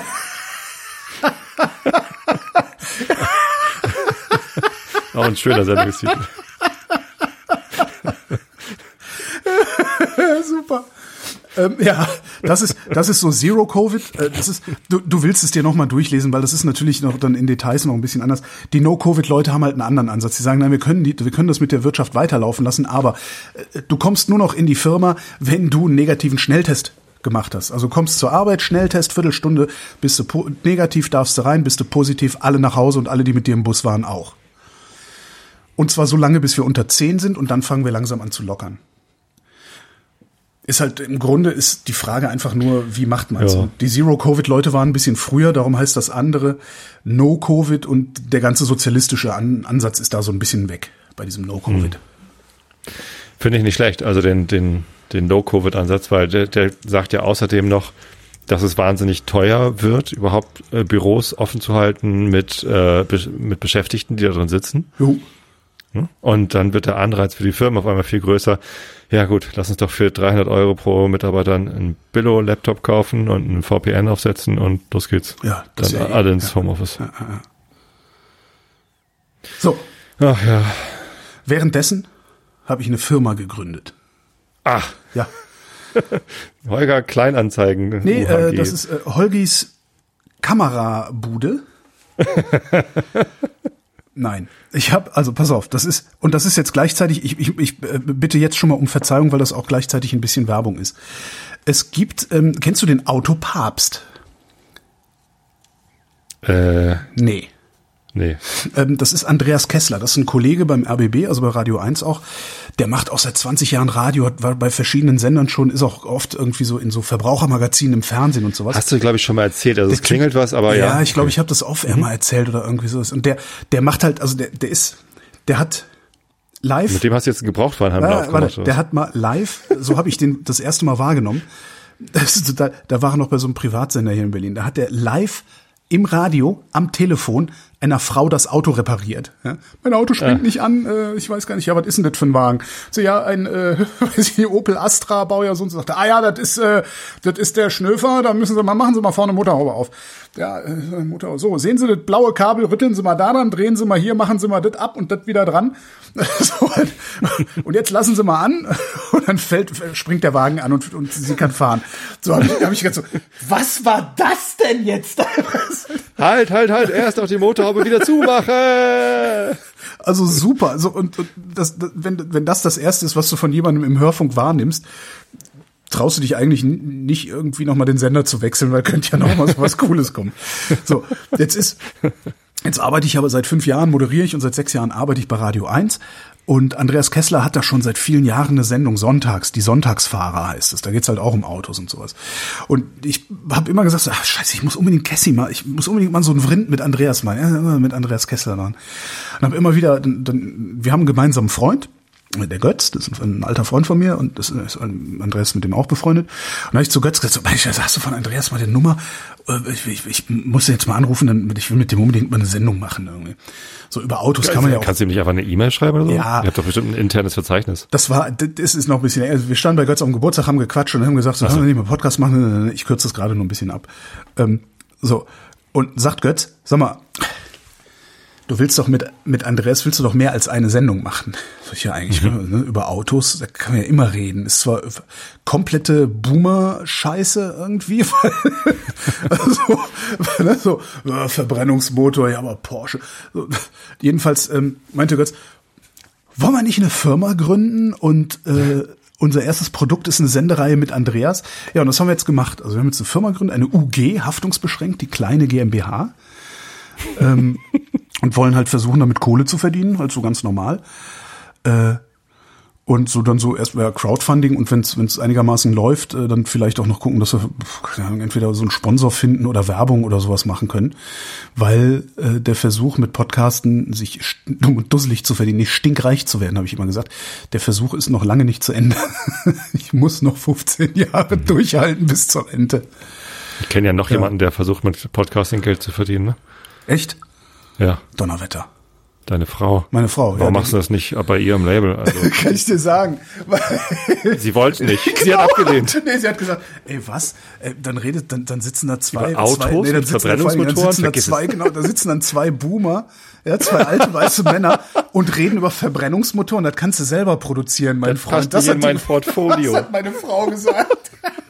Auch ein schöner Sendungstitel. Ja, super. Ähm, ja, das ist das ist so Zero Covid. Äh, das ist du, du willst es dir noch mal durchlesen, weil das ist natürlich noch dann in Details noch ein bisschen anders. Die No Covid Leute haben halt einen anderen Ansatz. Die sagen, nein, wir können die, wir können das mit der Wirtschaft weiterlaufen lassen, aber äh, du kommst nur noch in die Firma, wenn du einen negativen Schnelltest gemacht hast. Also kommst zur Arbeit, Schnelltest, Viertelstunde, bist du po- negativ, darfst du rein, bist du positiv, alle nach Hause und alle, die mit dir im Bus waren, auch. Und zwar so lange, bis wir unter zehn sind und dann fangen wir langsam an zu lockern. Ist halt, im Grunde ist die Frage einfach nur, wie macht man es? Ja. Die Zero-Covid-Leute waren ein bisschen früher, darum heißt das andere No-Covid und der ganze sozialistische An- Ansatz ist da so ein bisschen weg bei diesem No-Covid. Finde ich nicht schlecht, also den, den, den No-Covid-Ansatz, weil der, der sagt ja außerdem noch, dass es wahnsinnig teuer wird, überhaupt äh, Büros offen zu halten mit, äh, be- mit Beschäftigten, die da drin sitzen. Jo. Hm? Und dann wird der Anreiz für die Firmen auf einmal viel größer. Ja gut, lass uns doch für dreihundert Euro pro Mitarbeiter einen Billo-Laptop kaufen und einen V P N aufsetzen und los geht's. Ja, das Dann ist ja eh- alle ins ja. Homeoffice. So, Ach ja. währenddessen habe ich eine Firma gegründet. Ach, Ja. Holger Kleinanzeigen. Nee, U H G. äh, das ist äh, Holgis Kamerabude. Nein, ich habe, also pass auf, das ist, und das ist jetzt gleichzeitig, ich, ich, ich äh, bitte jetzt schon mal um Verzeihung, weil das auch gleichzeitig ein bisschen Werbung ist. Es gibt, ähm, kennst du den Autopapst? Äh, Nee. nee. Ähm, das ist Andreas Kessler, das ist ein Kollege beim R B B, also bei Radio eins auch. Der macht auch seit zwanzig Jahren Radio, hat, war bei verschiedenen Sendern schon, ist auch oft irgendwie so in so Verbrauchermagazinen im Fernsehen und sowas. Hast du, glaube ich, schon mal erzählt. Also es Der klingelt was, aber ja. Ja, ich glaube, ich habe das off-air mal erzählt oder irgendwie so. Und der, der macht halt, also der, der ist, der hat live. Mit dem hast du jetzt einen Gebrauchtwarenhandel Ja, aufgemacht. warte, oder der was? hat mal live, so habe ich den das erste Mal wahrgenommen. Das ist total, da war er noch bei so einem Privatsender hier in Berlin. Da hat der live im Radio, am Telefon, einer Frau das Auto repariert. Ja? Mein Auto springt Ja. nicht an, äh, ich weiß gar nicht, ja, was ist denn das für ein Wagen? So, ja, ein äh, weiß ich, Opel Astra, Baujahr so und so. Sagte, ah ja, das ist, äh, das ist der Schnöfer, da müssen Sie mal, machen Sie mal vorne Motorhaube auf. Ja, äh, Motorhaube, so, sehen Sie das blaue Kabel, rütteln Sie mal da dran, drehen Sie mal hier, machen Sie mal das ab und das wieder dran. So, und jetzt lassen Sie mal an und dann fällt, springt der Wagen an und, und sie kann fahren. So habe ich, hab ich gedacht so, was war das denn jetzt? Halt, halt, halt, erst noch die Motorhaube wieder zumachen. Also super. Also und, und das, das, wenn, wenn das das Erste ist, was du von jemandem im Hörfunk wahrnimmst, traust du dich eigentlich n- nicht irgendwie nochmal den Sender zu wechseln, weil könnte ja noch mal so was Cooles kommen. So, jetzt ist, jetzt arbeite ich aber seit fünf Jahren, moderiere ich und seit sechs Jahren arbeite ich bei Radio eins. Und Andreas Kessler hat da schon seit vielen Jahren eine Sendung sonntags, die Sonntagsfahrer heißt es. Da geht's halt auch um Autos und sowas. Und ich habe immer gesagt, ach scheiße, ich muss unbedingt Cassie mal, ich muss unbedingt mal so einen Vrind mit Andreas machen, ja, mit Andreas Kessler machen. Und habe immer wieder, dann, wir haben einen gemeinsamen Freund, der Götz, das ist ein alter Freund von mir und das ist Andreas mit dem auch befreundet. Und dann habe ich zu Götz gesagt, so, hast du von Andreas mal die Nummer? Ich, ich, ich muss jetzt mal anrufen, dann ich will mit dem unbedingt mal eine Sendung machen irgendwie. So über Autos kann man ja auch. Kannst du ihm nicht einfach eine E-Mail schreiben oder so? Ja. Ihr habt doch bestimmt ein internes Verzeichnis. Das war, das ist noch ein bisschen, also wir standen bei Götz am Geburtstag, haben gequatscht und haben gesagt, so, also. haben wir nicht mal Podcast machen? Ich kürze das gerade nur ein bisschen ab. Ähm, so. Und sagt Götz, sag mal, du willst doch mit, mit Andreas, willst du doch mehr als eine Sendung machen. So ich ja eigentlich, mhm. ne, über Autos, da kann man ja immer reden. Ist zwar komplette Boomer-Scheiße irgendwie, also, ne, so, äh, Verbrennungsmotor, ja, aber Porsche. So, jedenfalls ähm, meinte Götz, wollen wir nicht eine Firma gründen und äh, unser erstes Produkt ist eine Sendereihe mit Andreas. Ja, und das haben wir jetzt gemacht. Also wir haben jetzt eine Firma gegründet, eine U G, haftungsbeschränkt, die kleine GmbH. ähm, und wollen halt versuchen, damit Kohle zu verdienen, halt so ganz normal. Äh, und so dann so erst mal Crowdfunding und wenn es einigermaßen läuft, äh, dann vielleicht auch noch gucken, dass wir keine Ahnung, entweder so einen Sponsor finden oder Werbung oder sowas machen können. Weil äh, der Versuch mit Podcasten, sich dumm und dusselig zu verdienen, nicht stinkreich zu werden, habe ich immer gesagt, der Versuch ist noch lange nicht zu Ende. Ich muss noch fünfzehn Jahre durchhalten bis zur Rente. Ich kenne ja noch ja. jemanden, der versucht, mit Podcasting Geld zu verdienen, ne? Echt? Ja. Donnerwetter. Deine Frau. Meine Frau. Warum ja, machst du das nicht bei ihrem Label? Also, kann ich dir sagen. Sie wollte nicht. Sie genau. hat abgelehnt. Nee, sie hat gesagt, ey, was? Äh, dann redet, dann, dann sitzen da zwei, Über Autos, zwei nee, dann mit sitzen Verbrennungsmotoren. Da, dann sitzen da zwei, genau, da sitzen dann zwei Boomer, ja, zwei alte weiße Männer und reden über Verbrennungsmotoren. Das kannst du selber produzieren, mein das Freund. Das hat in mein die, Portfolio. Das hat meine Frau gesagt.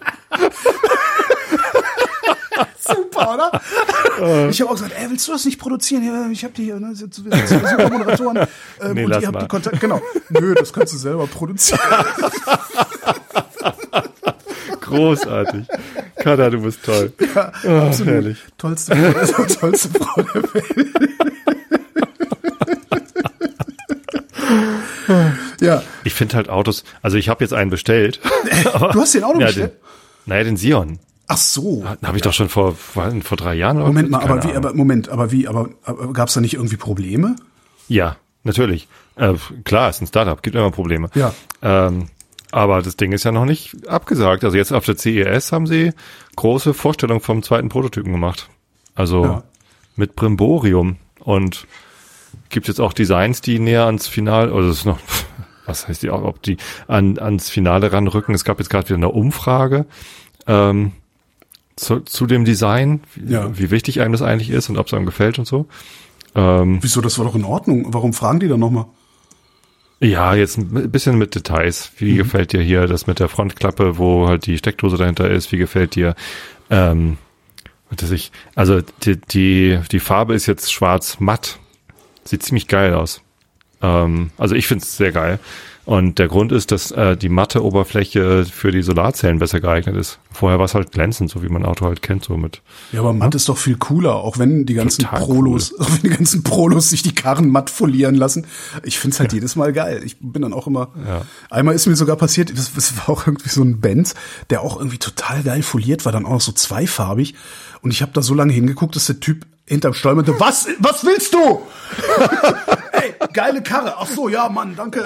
Super, oder? Uh. Ich habe auch gesagt, ey, willst du das nicht produzieren? Ja, ich habe die hier, ne, super Moderatoren ähm, nee, und ihr habt die Kontakt. Genau. Nö, das kannst du selber produzieren. Großartig. Kada, du bist toll. Ja, oh, absolut. Herrlich. Tollste Frau, tollste Frau der Welt. Ja. Ich finde halt Autos, also ich habe jetzt einen bestellt. Du hast den Auto ja, bestellt? Den, naja, den Sion. Ach so. Den habe ich doch schon vor, vor drei Jahren. Oder Moment mal, aber wie, aber Moment, aber wie, aber, aber gab es da nicht irgendwie Probleme? Ja, natürlich. Äh, klar, ist ein Startup, gibt immer Probleme. Ja. Ähm, aber das Ding ist ja noch nicht abgesagt. Also jetzt auf der C E S haben sie große Vorstellung vom zweiten Prototypen gemacht. Also ja. mit Brimborium und gibt jetzt auch Designs, die näher ans Finale, oder das ist noch, was heißt die, ob die an, ans Finale ranrücken. Es gab jetzt gerade wieder eine Umfrage ähm, zu, zu dem Design, wie, ja. wie wichtig einem das eigentlich ist und ob es einem gefällt und so. Ähm, Wieso, das war doch in Ordnung. Warum fragen die dann nochmal? Ja, jetzt ein bisschen mit Details. Wie mhm. gefällt dir hier das mit der Frontklappe, wo halt die Steckdose dahinter ist? Wie gefällt dir, ähm, dass ich, also die, die, die Farbe ist jetzt schwarz matt. Sieht ziemlich geil aus. Ähm, also ich finde es sehr geil. Und der Grund ist, dass äh, die matte Oberfläche für die Solarzellen besser geeignet ist. Vorher war es halt glänzend, so wie man ein Auto halt kennt, so mit. Ja, aber matt ja? ist doch viel cooler, auch wenn die ganzen Total Prolos, cool. auch wenn die ganzen Prolos sich die Karren matt folieren lassen. Ich find's halt ja. jedes Mal geil. Ich bin dann auch immer, ja. einmal ist mir sogar passiert, das, das war auch irgendwie so ein Benz, der auch irgendwie total geil foliert war, dann auch noch so zweifarbig. Und ich habe da so lange hingeguckt, dass der Typ hinterm Steuer meinte, was, was willst du? Ey, geile Karre. Ach so, ja, Mann, danke.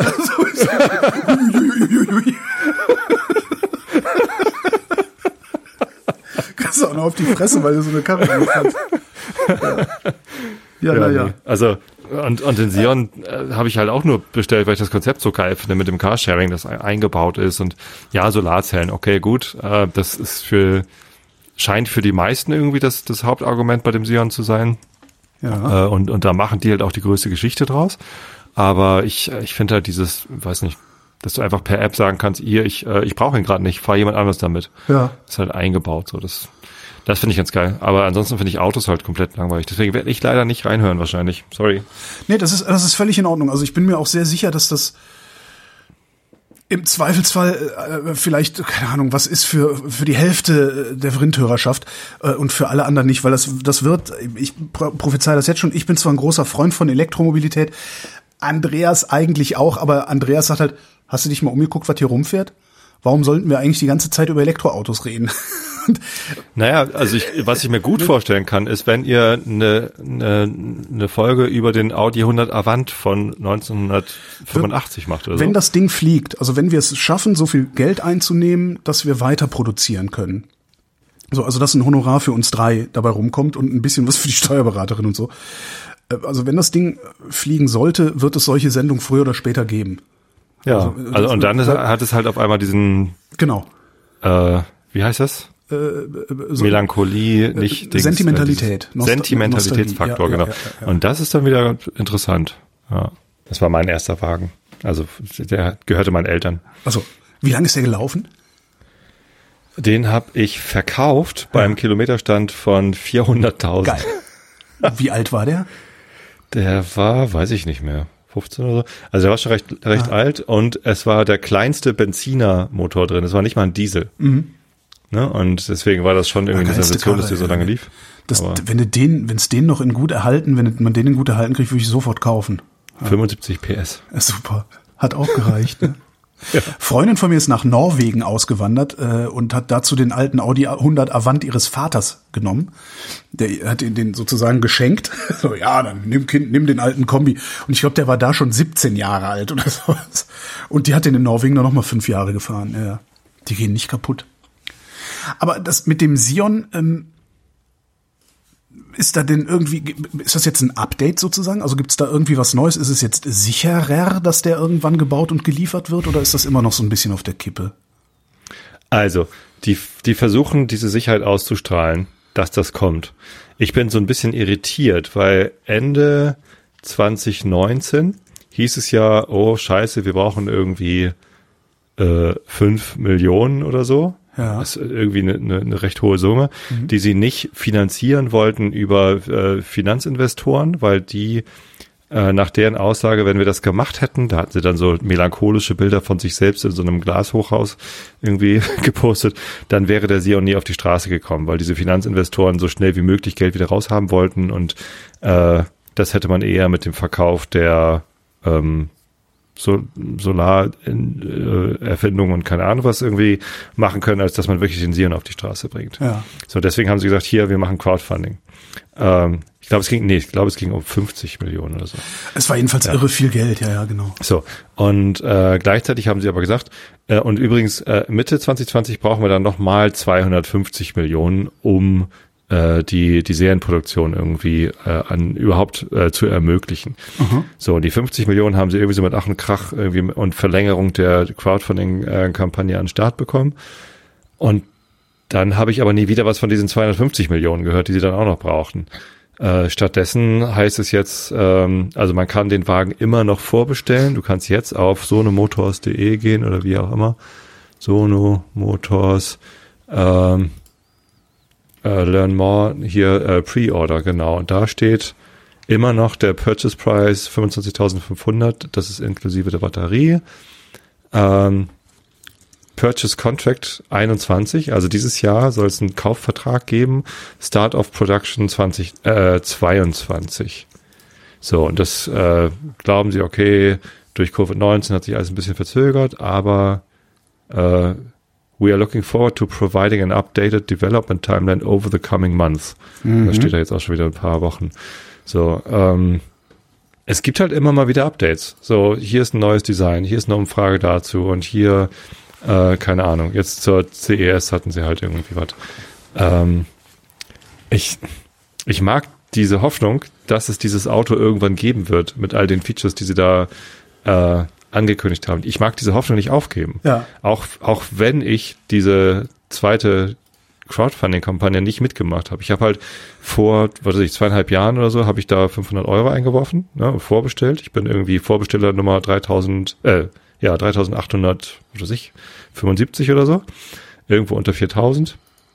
Kannst du auch noch auf die Fresse, weil du so eine Karre kannst. Ja, ja, ja naja. Nee. Also, und, und den Sion äh, habe ich halt auch nur bestellt, weil ich das Konzept so geil finde mit dem Carsharing, das eingebaut ist. Und ja, Solarzellen, okay, gut. Äh, das ist für, scheint für die meisten irgendwie das, das Hauptargument bei dem Sion zu sein. Ja. Äh, und, und da machen die halt auch die größte Geschichte draus. Aber ich, ich finde halt dieses, weiß nicht, dass du einfach per App sagen kannst, hier, ich, äh, ich brauche ihn gerade nicht, fahr jemand anders damit. Ja. Ist halt eingebaut, so das. Das finde ich ganz geil. Aber ansonsten finde ich Autos halt komplett langweilig. Deswegen werde ich leider nicht reinhören wahrscheinlich. Sorry. Nee, das ist, das ist völlig in Ordnung. Also ich bin mir auch sehr sicher, dass das, im Zweifelsfall äh, vielleicht, keine Ahnung, was ist für für die Hälfte der Vrindhörerschaft äh, und für alle anderen nicht, weil das das wird, ich prophezeie das jetzt schon, ich bin zwar ein großer Freund von Elektromobilität, Andreas eigentlich auch, aber Andreas sagt halt, hast du dich mal umgeguckt, was hier rumfährt? Warum sollten wir eigentlich die ganze Zeit über Elektroautos reden? Naja, also ich, was ich mir gut vorstellen kann, ist, wenn ihr eine, eine, eine Folge über den Audi hundert Avant von neunzehnhundertfünfundachtzig macht oder so. Wenn das Ding fliegt, also wenn wir es schaffen, so viel Geld einzunehmen, dass wir weiter produzieren können. So, also dass ein Honorar für uns drei dabei rumkommt und ein bisschen was für die Steuerberaterin und so. Also wenn das Ding fliegen sollte, wird es solche Sendungen früher oder später geben. Ja, also, also und dann ist, hat es halt auf einmal diesen, genau, äh, wie heißt das? Äh, so, Melancholie, nicht äh, Sentimentalität, Dings, Sentimentalitätsfaktor, ja, genau. Ja, ja, ja. Und das ist dann wieder interessant. Ja, das war mein erster Wagen. Also der gehörte meinen Eltern. Also wie lange ist der gelaufen? Den habe ich verkauft beim ja. Kilometerstand von vierhunderttausend. Geil. Wie alt war der? Der war, weiß ich nicht mehr. fünfzehn oder so. Also der war schon recht, recht ah. alt und es war der kleinste Benzinermotor drin. Es war nicht mal ein Diesel. Mhm. Ne? Und deswegen war das schon irgendwie ja, eine Sensation, dass der so lange lief. Das, wenn du den, wenn es den noch in gut erhalten, wenn man den in gut erhalten kriegt, würde ich sofort kaufen. Ja. fünfundsiebzig P S. Ja, super. Hat auch gereicht. Ne? Ja. Freundin von mir ist nach Norwegen ausgewandert äh, und hat dazu den alten Audi hundert Avant ihres Vaters genommen. Der hat ihn den sozusagen geschenkt. So, ja, dann nimm Kind, nimm den alten Kombi. Und ich glaube, der war da schon siebzehn Jahre alt oder sowas. Und die hat den in Norwegen dann noch mal fünf Jahre gefahren. Ja, die gehen nicht kaputt. Aber das mit dem Sion, ähm, ist da denn irgendwie, ist das jetzt ein Update sozusagen? Also gibt es da irgendwie was Neues? Ist es jetzt sicherer, dass der irgendwann gebaut und geliefert wird, oder ist das immer noch so ein bisschen auf der Kippe? Also, die, die versuchen, diese Sicherheit auszustrahlen, dass das kommt. Ich bin so ein bisschen irritiert, weil Ende zwanzig neunzehn hieß es ja, oh scheiße, wir brauchen irgendwie äh, fünf Millionen oder so. Ja. Das ist irgendwie eine, eine, eine recht hohe Summe, mhm. die sie nicht finanzieren wollten über äh, Finanzinvestoren, weil die äh, nach deren Aussage, wenn wir das gemacht hätten, da hatten sie dann so melancholische Bilder von sich selbst in so einem Glashochhaus irgendwie gepostet, dann wäre der Sion nie auf die Straße gekommen, weil diese Finanzinvestoren so schnell wie möglich Geld wieder raushaben wollten und äh, das hätte man eher mit dem Verkauf der ähm, so Solarerfindungen und keine Ahnung was irgendwie machen können, als dass man wirklich den Sion auf die Straße bringt. Ja. So, deswegen haben sie gesagt, hier, wir machen Crowdfunding. Ähm, ich glaube, es ging, nee, ich glaube, es ging um fünfzig Millionen oder so. Es war jedenfalls ja. irre viel Geld, ja, ja, genau. So, und äh, gleichzeitig haben sie aber gesagt, äh, und übrigens, äh, Mitte zwanzig zwanzig brauchen wir dann nochmal zweihundertfünfzig Millionen, um die die Serienproduktion irgendwie äh, an überhaupt äh, zu ermöglichen. Uh-huh. So, und die fünfzig Millionen haben sie irgendwie so mit Ach und Krach irgendwie und Verlängerung der Crowdfunding-Kampagne an den Start bekommen. Und dann habe ich aber nie wieder was von diesen zweihundertfünfzig Millionen gehört, die sie dann auch noch brauchten. Äh, stattdessen heißt es jetzt, ähm, also man kann den Wagen immer noch vorbestellen. Du kannst jetzt auf sonomotors punkt de gehen oder wie auch immer. Sono Motors, ähm, Uh, learn more, hier uh, Pre-Order, genau. Und da steht immer noch der Purchase Price fünfundzwanzigtausendfünfhundert, das ist inklusive der Batterie. Ähm, Purchase Contract einundzwanzig, also dieses Jahr soll es einen Kaufvertrag geben. Start of Production zwanzig zweiundzwanzig. So, und das äh, glauben sie, okay, durch Covid neunzehn hat sich alles ein bisschen verzögert, aber äh, we are looking forward to providing an updated development timeline over the coming months. Mhm. Das steht da jetzt auch schon wieder ein paar Wochen. So, ähm, es gibt halt immer mal wieder Updates. So, hier ist ein neues Design, hier ist eine Umfrage dazu und hier, äh, keine Ahnung, jetzt zur C E S hatten sie halt irgendwie was. Ähm, ich, ich mag diese Hoffnung, dass es dieses Auto irgendwann geben wird mit all den Features, die sie da äh, angekündigt haben. Ich mag diese Hoffnung nicht aufgeben. Ja. Auch, auch wenn ich diese zweite Crowdfunding-Kampagne nicht mitgemacht habe. Ich habe halt vor, was weiß ich, zweieinhalb Jahren oder so, habe ich da fünfhundert Euro eingeworfen, ne, vorbestellt. Ich bin irgendwie Vorbesteller Nummer dreitausend, äh, ja, dreitausendachthundert, was weiß ich, fünfundsiebzig oder so. Irgendwo unter viertausend.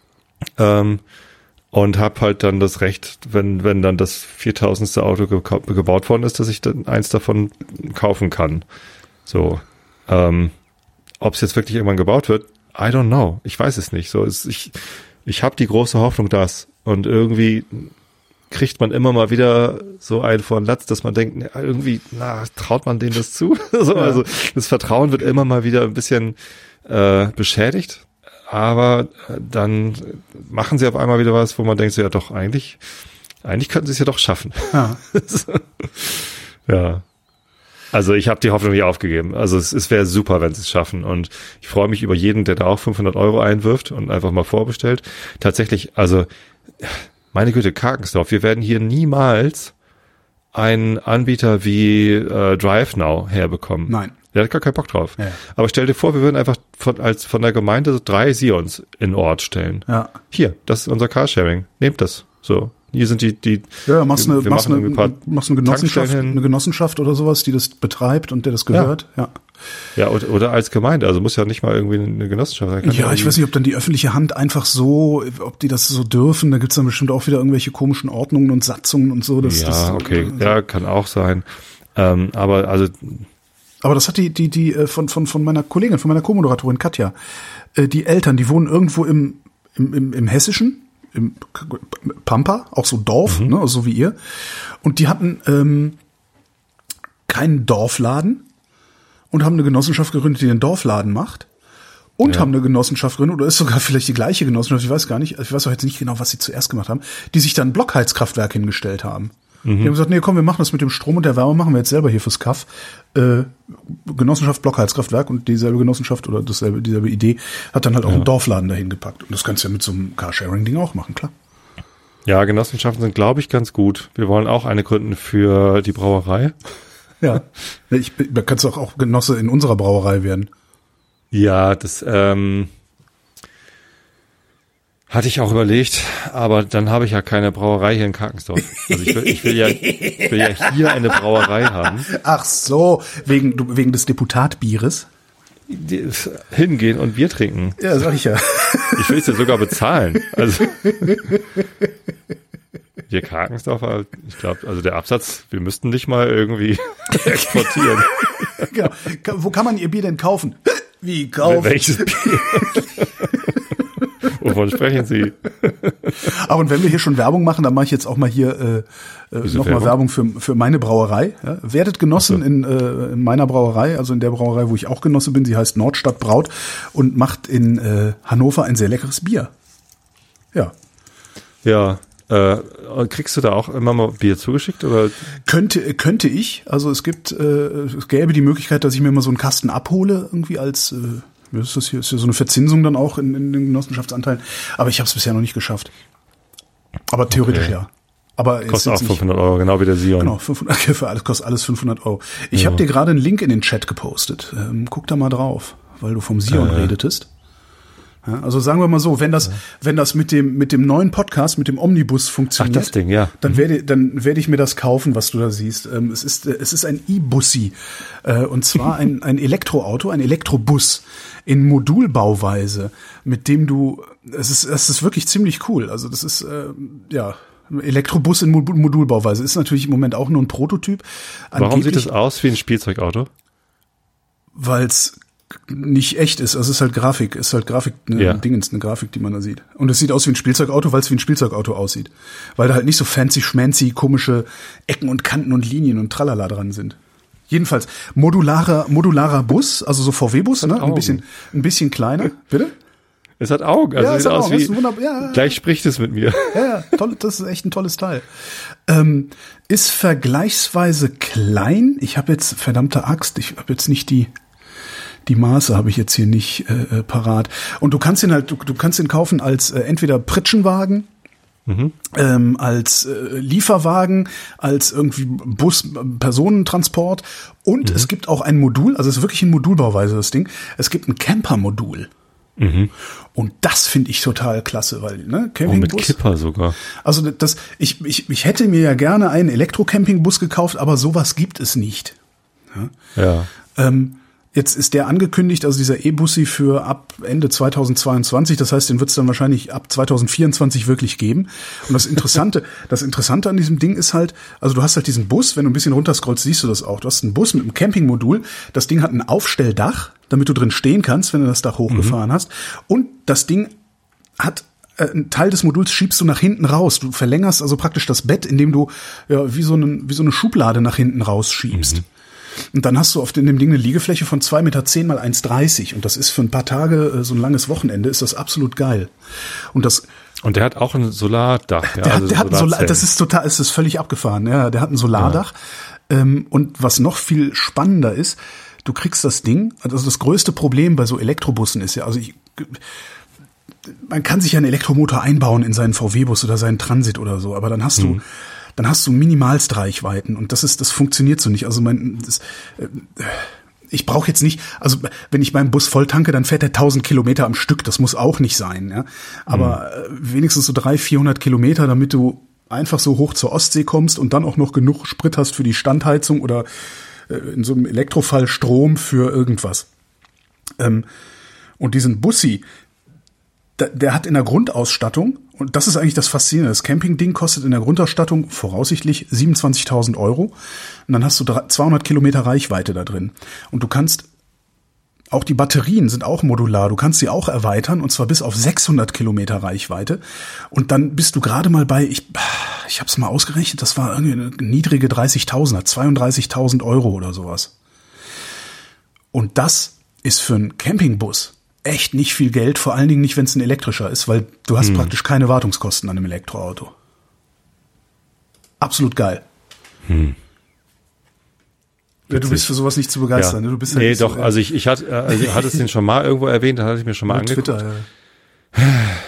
Ähm, und habe halt dann das Recht, wenn wenn dann das viertausendste Auto ge- gebaut worden ist, dass ich dann eins davon kaufen kann. So, ähm, ob es jetzt wirklich irgendwann gebaut wird, I don't know. Ich weiß es nicht. So, es, ich, ich habe die große Hoffnung, dass und irgendwie kriegt man immer mal wieder so einen vor den Latz, dass man denkt, na, irgendwie, na, traut man denen das zu? so, ja. Also das Vertrauen wird immer mal wieder ein bisschen äh, beschädigt, aber dann machen sie auf einmal wieder was, wo man denkt, so, ja doch, eigentlich, eigentlich könnten sie es ja doch schaffen. Ja. ja. Also ich habe die Hoffnung nicht aufgegeben. Also es, es wäre super, wenn sie es schaffen. Und ich freue mich über jeden, der da auch fünfhundert Euro einwirft und einfach mal vorbestellt. Tatsächlich, also meine Güte, Karkensdorf, wir werden hier niemals einen Anbieter wie äh, DriveNow herbekommen. Nein. Der hat gar keinen Bock drauf. Ja. Aber stell dir vor, wir würden einfach von, als von der Gemeinde so drei Sions in Ort stellen. Ja. Hier, das ist unser Carsharing. Nehmt das. So. Hier sind die, die. Ja, machst eine, wir machst eine, ein machst eine Genossenschaft, eine Genossenschaft oder sowas, die das betreibt und der das gehört. Ja. Ja, ja oder, oder als Gemeinde. Also muss ja nicht mal irgendwie eine Genossenschaft sein. Ja, ich weiß nicht, ob dann die öffentliche Hand einfach so, ob die das so dürfen. Da gibt's dann bestimmt auch wieder irgendwelche komischen Ordnungen und Satzungen und so. Dass ja, das, okay. So. Ja, kann auch sein. Ähm, aber also. Aber das hat die, die, die, von, von, von meiner Kollegin, von meiner Co-Moderatorin Katja. Die Eltern, die wohnen irgendwo im, im, im, im Hessischen. Im Pampa, auch so Dorf, mhm. ne, so wie ihr. Und die hatten ähm, keinen Dorfladen und haben eine Genossenschaft gegründet, die den Dorfladen macht. Und ja. haben eine Genossenschaft gegründet, oder ist sogar vielleicht die gleiche Genossenschaft, ich weiß gar nicht, ich weiß auch jetzt nicht genau, was sie zuerst gemacht haben, die sich dann ein Blockheizkraftwerk hingestellt haben. Mhm. Die haben gesagt, nee, komm, wir machen das mit dem Strom und der Wärme, machen wir jetzt selber hier fürs Kaff. Äh, Genossenschaft Blockheizkraftwerk und dieselbe Genossenschaft oder dasselbe, dieselbe Idee hat dann halt auch ja. einen Dorfladen dahin gepackt. Und das kannst du ja mit so einem Carsharing-Ding auch machen, klar. Ja, Genossenschaften sind, glaube ich, ganz gut. Wir wollen auch eine gründen für die Brauerei. Ja, ich, da kannst du auch, auch Genosse in unserer Brauerei werden. Ja, das ähm, hatte ich auch überlegt, aber dann habe ich ja keine Brauerei hier in Karkensdorf. Also ich will, ich will ja, ich will ja hier eine Brauerei haben. Ach so, wegen wegen des Deputatbieres. Die, hingehen und Bier trinken. Ja, sag ich ja. Ich will es ja sogar bezahlen. Also hier Karkensdorfer, ich glaube, also der Absatz, wir müssten nicht mal irgendwie exportieren. Genau. Wo kann man ihr Bier denn kaufen? Wie kaufen? Welches Bier? Wovon sprechen Sie? Ach, und wenn wir hier schon Werbung machen, dann mache ich jetzt auch mal hier äh, nochmal Werbung für, für meine Brauerei. Ja? Werdet Genossen so. in, äh, in meiner Brauerei, also in der Brauerei, wo ich auch Genosse bin. Sie heißt Nordstadt Braut und macht in äh, Hannover ein sehr leckeres Bier. Ja. Ja. Äh, kriegst du da auch immer mal Bier zugeschickt oder? Könnte könnte ich. Also es gibt, äh, es gäbe die Möglichkeit, dass ich mir mal so einen Kasten abhole irgendwie als äh, Das ist hier, ist hier so eine Verzinsung dann auch in, in den Genossenschaftsanteilen. Aber ich habe es bisher noch nicht geschafft. Aber theoretisch okay. ja. Aber kostet auch fünfhundert Euro, genau wie der Sion. Genau, fünfhundert, für alles kostet alles fünfhundert Euro. Ich ja. habe dir gerade einen Link in den Chat gepostet. Ähm, guck da mal drauf, weil du vom Sion äh. redetest. Ja, also sagen wir mal so, wenn das, ja. wenn das mit dem mit dem neuen Podcast, mit dem Omnibus funktioniert, Ach, das Ding, ja. dann werde dann werde ich mir das kaufen, was du da siehst. Ähm, es ist es ist ein E-Bussi äh, und zwar ein ein Elektroauto, ein Elektrobus in Modulbauweise, mit dem du es ist es ist wirklich ziemlich cool. Also das ist äh, ja Elektrobus in Modulbauweise ist natürlich im Moment auch nur ein Prototyp. Warum Angeblich, sieht es aus wie ein Spielzeugauto? Weil es nicht echt ist, also es ist halt Grafik, ist halt Grafik, eine ja. Dingens, eine Grafik, die man da sieht. Und es sieht aus wie ein Spielzeugauto, weil es wie ein Spielzeugauto aussieht. Weil da halt nicht so fancy schmancy, komische Ecken und Kanten und Linien und Tralala dran sind. Jedenfalls, modularer, modularer Bus, also so V W-Bus, ne? Ein bisschen, ein bisschen kleiner. Bitte? Es hat Augen, also ja, es sieht aus wie, wunderbar, ja, gleich spricht es mit mir. Ja, ja, toll, das ist echt ein tolles Teil. Ähm, ist vergleichsweise klein. Ich habe jetzt, verdammte Axt, ich habe jetzt nicht die, Die Maße habe ich jetzt hier nicht äh, parat. Und du kannst ihn halt, du, du kannst ihn kaufen als äh, entweder Pritschenwagen, mhm. ähm, als äh, Lieferwagen, als irgendwie Bus, Personentransport. Und mhm. es gibt auch ein Modul, also es ist wirklich in Modulbauweise das Ding. Es gibt ein Camper-Modul. Mhm. Und das finde ich total klasse, weil ne, Campingbus. Oh, mit Kipper sogar. Also das, ich, ich, ich hätte mir ja gerne einen Elektro-Campingbus gekauft, aber sowas gibt es nicht. Ja. ja. Ähm, Jetzt ist der angekündigt, also dieser E-Bussi für ab Ende zweitausendzweiundzwanzig. Das heißt, den wird es dann wahrscheinlich ab zweitausendvierundzwanzig wirklich geben. Und das Interessante, das Interessante an diesem Ding ist halt, also du hast halt diesen Bus, wenn du ein bisschen runterscrollst, siehst du das auch. Du hast einen Bus mit einem Campingmodul. Das Ding hat ein Aufstelldach. damit du drin stehen kannst, wenn du das Dach hochgefahren mhm. hast. Und das Ding hat äh, einen Teil des Moduls schiebst du nach hinten raus. Du verlängerst also praktisch das Bett, indem du ja, wie so eine, wie so eine Schublade nach hinten rausschiebst. Mhm. Und dann hast du auf dem Ding eine Liegefläche von zwei Meter zehn mal eins Komma dreißig. Und das ist für ein paar Tage, so ein langes Wochenende, ist das absolut geil. Und das Und der hat auch ein Solardach. Ja, der also hat, der hat ein Solar, das ist total, es ist völlig abgefahren. Ja, der hat ein Solardach. Ja. Ähm, und was noch viel spannender ist, du kriegst das Ding, also das größte Problem bei so Elektrobussen ist ja, also ich, man kann sich ja einen Elektromotor einbauen in seinen V W-Bus oder seinen Transit oder so, aber dann hast mhm. du dann hast du Minimalstreichweiten und das ist, das funktioniert so nicht. Also mein, das, äh, ich brauche jetzt nicht, also wenn ich meinen Bus voll tanke, dann fährt er tausend Kilometer am Stück. Das muss auch nicht sein, ja. Aber mhm. äh, wenigstens so dreihundert, vierhundert Kilometer, damit du einfach so hoch zur Ostsee kommst und dann auch noch genug Sprit hast für die Standheizung oder äh, in so einem Elektrofall Strom für irgendwas. Ähm, und diesen Bussi, der, der hat in der Grundausstattung, und das ist eigentlich das Faszinierende, das Camping-Ding kostet in der Grundausstattung voraussichtlich siebenundzwanzigtausend Euro. Und dann hast du zweihundert Kilometer Reichweite da drin. Und du kannst, auch die Batterien sind auch modular, du kannst sie auch erweitern, und zwar bis auf sechshundert Kilometer Reichweite. Und dann bist du gerade mal bei, ich, ich habe es mal ausgerechnet, das war irgendwie eine niedrige dreißigtausender, zweiunddreißigtausend Euro oder sowas. Und das ist für einen Campingbus echt nicht viel Geld, vor allen Dingen nicht, wenn es ein elektrischer ist, weil du hast hm. praktisch keine Wartungskosten an einem Elektroauto. Absolut geil. Hm. Ja, du bist für sowas nicht zu begeistern. Ja. Ne? Du bist nee, halt doch, so, also ich, ich hatte, also hatte es den schon mal irgendwo erwähnt, da hatte ich mir schon mal angeguckt. Twitter, ja.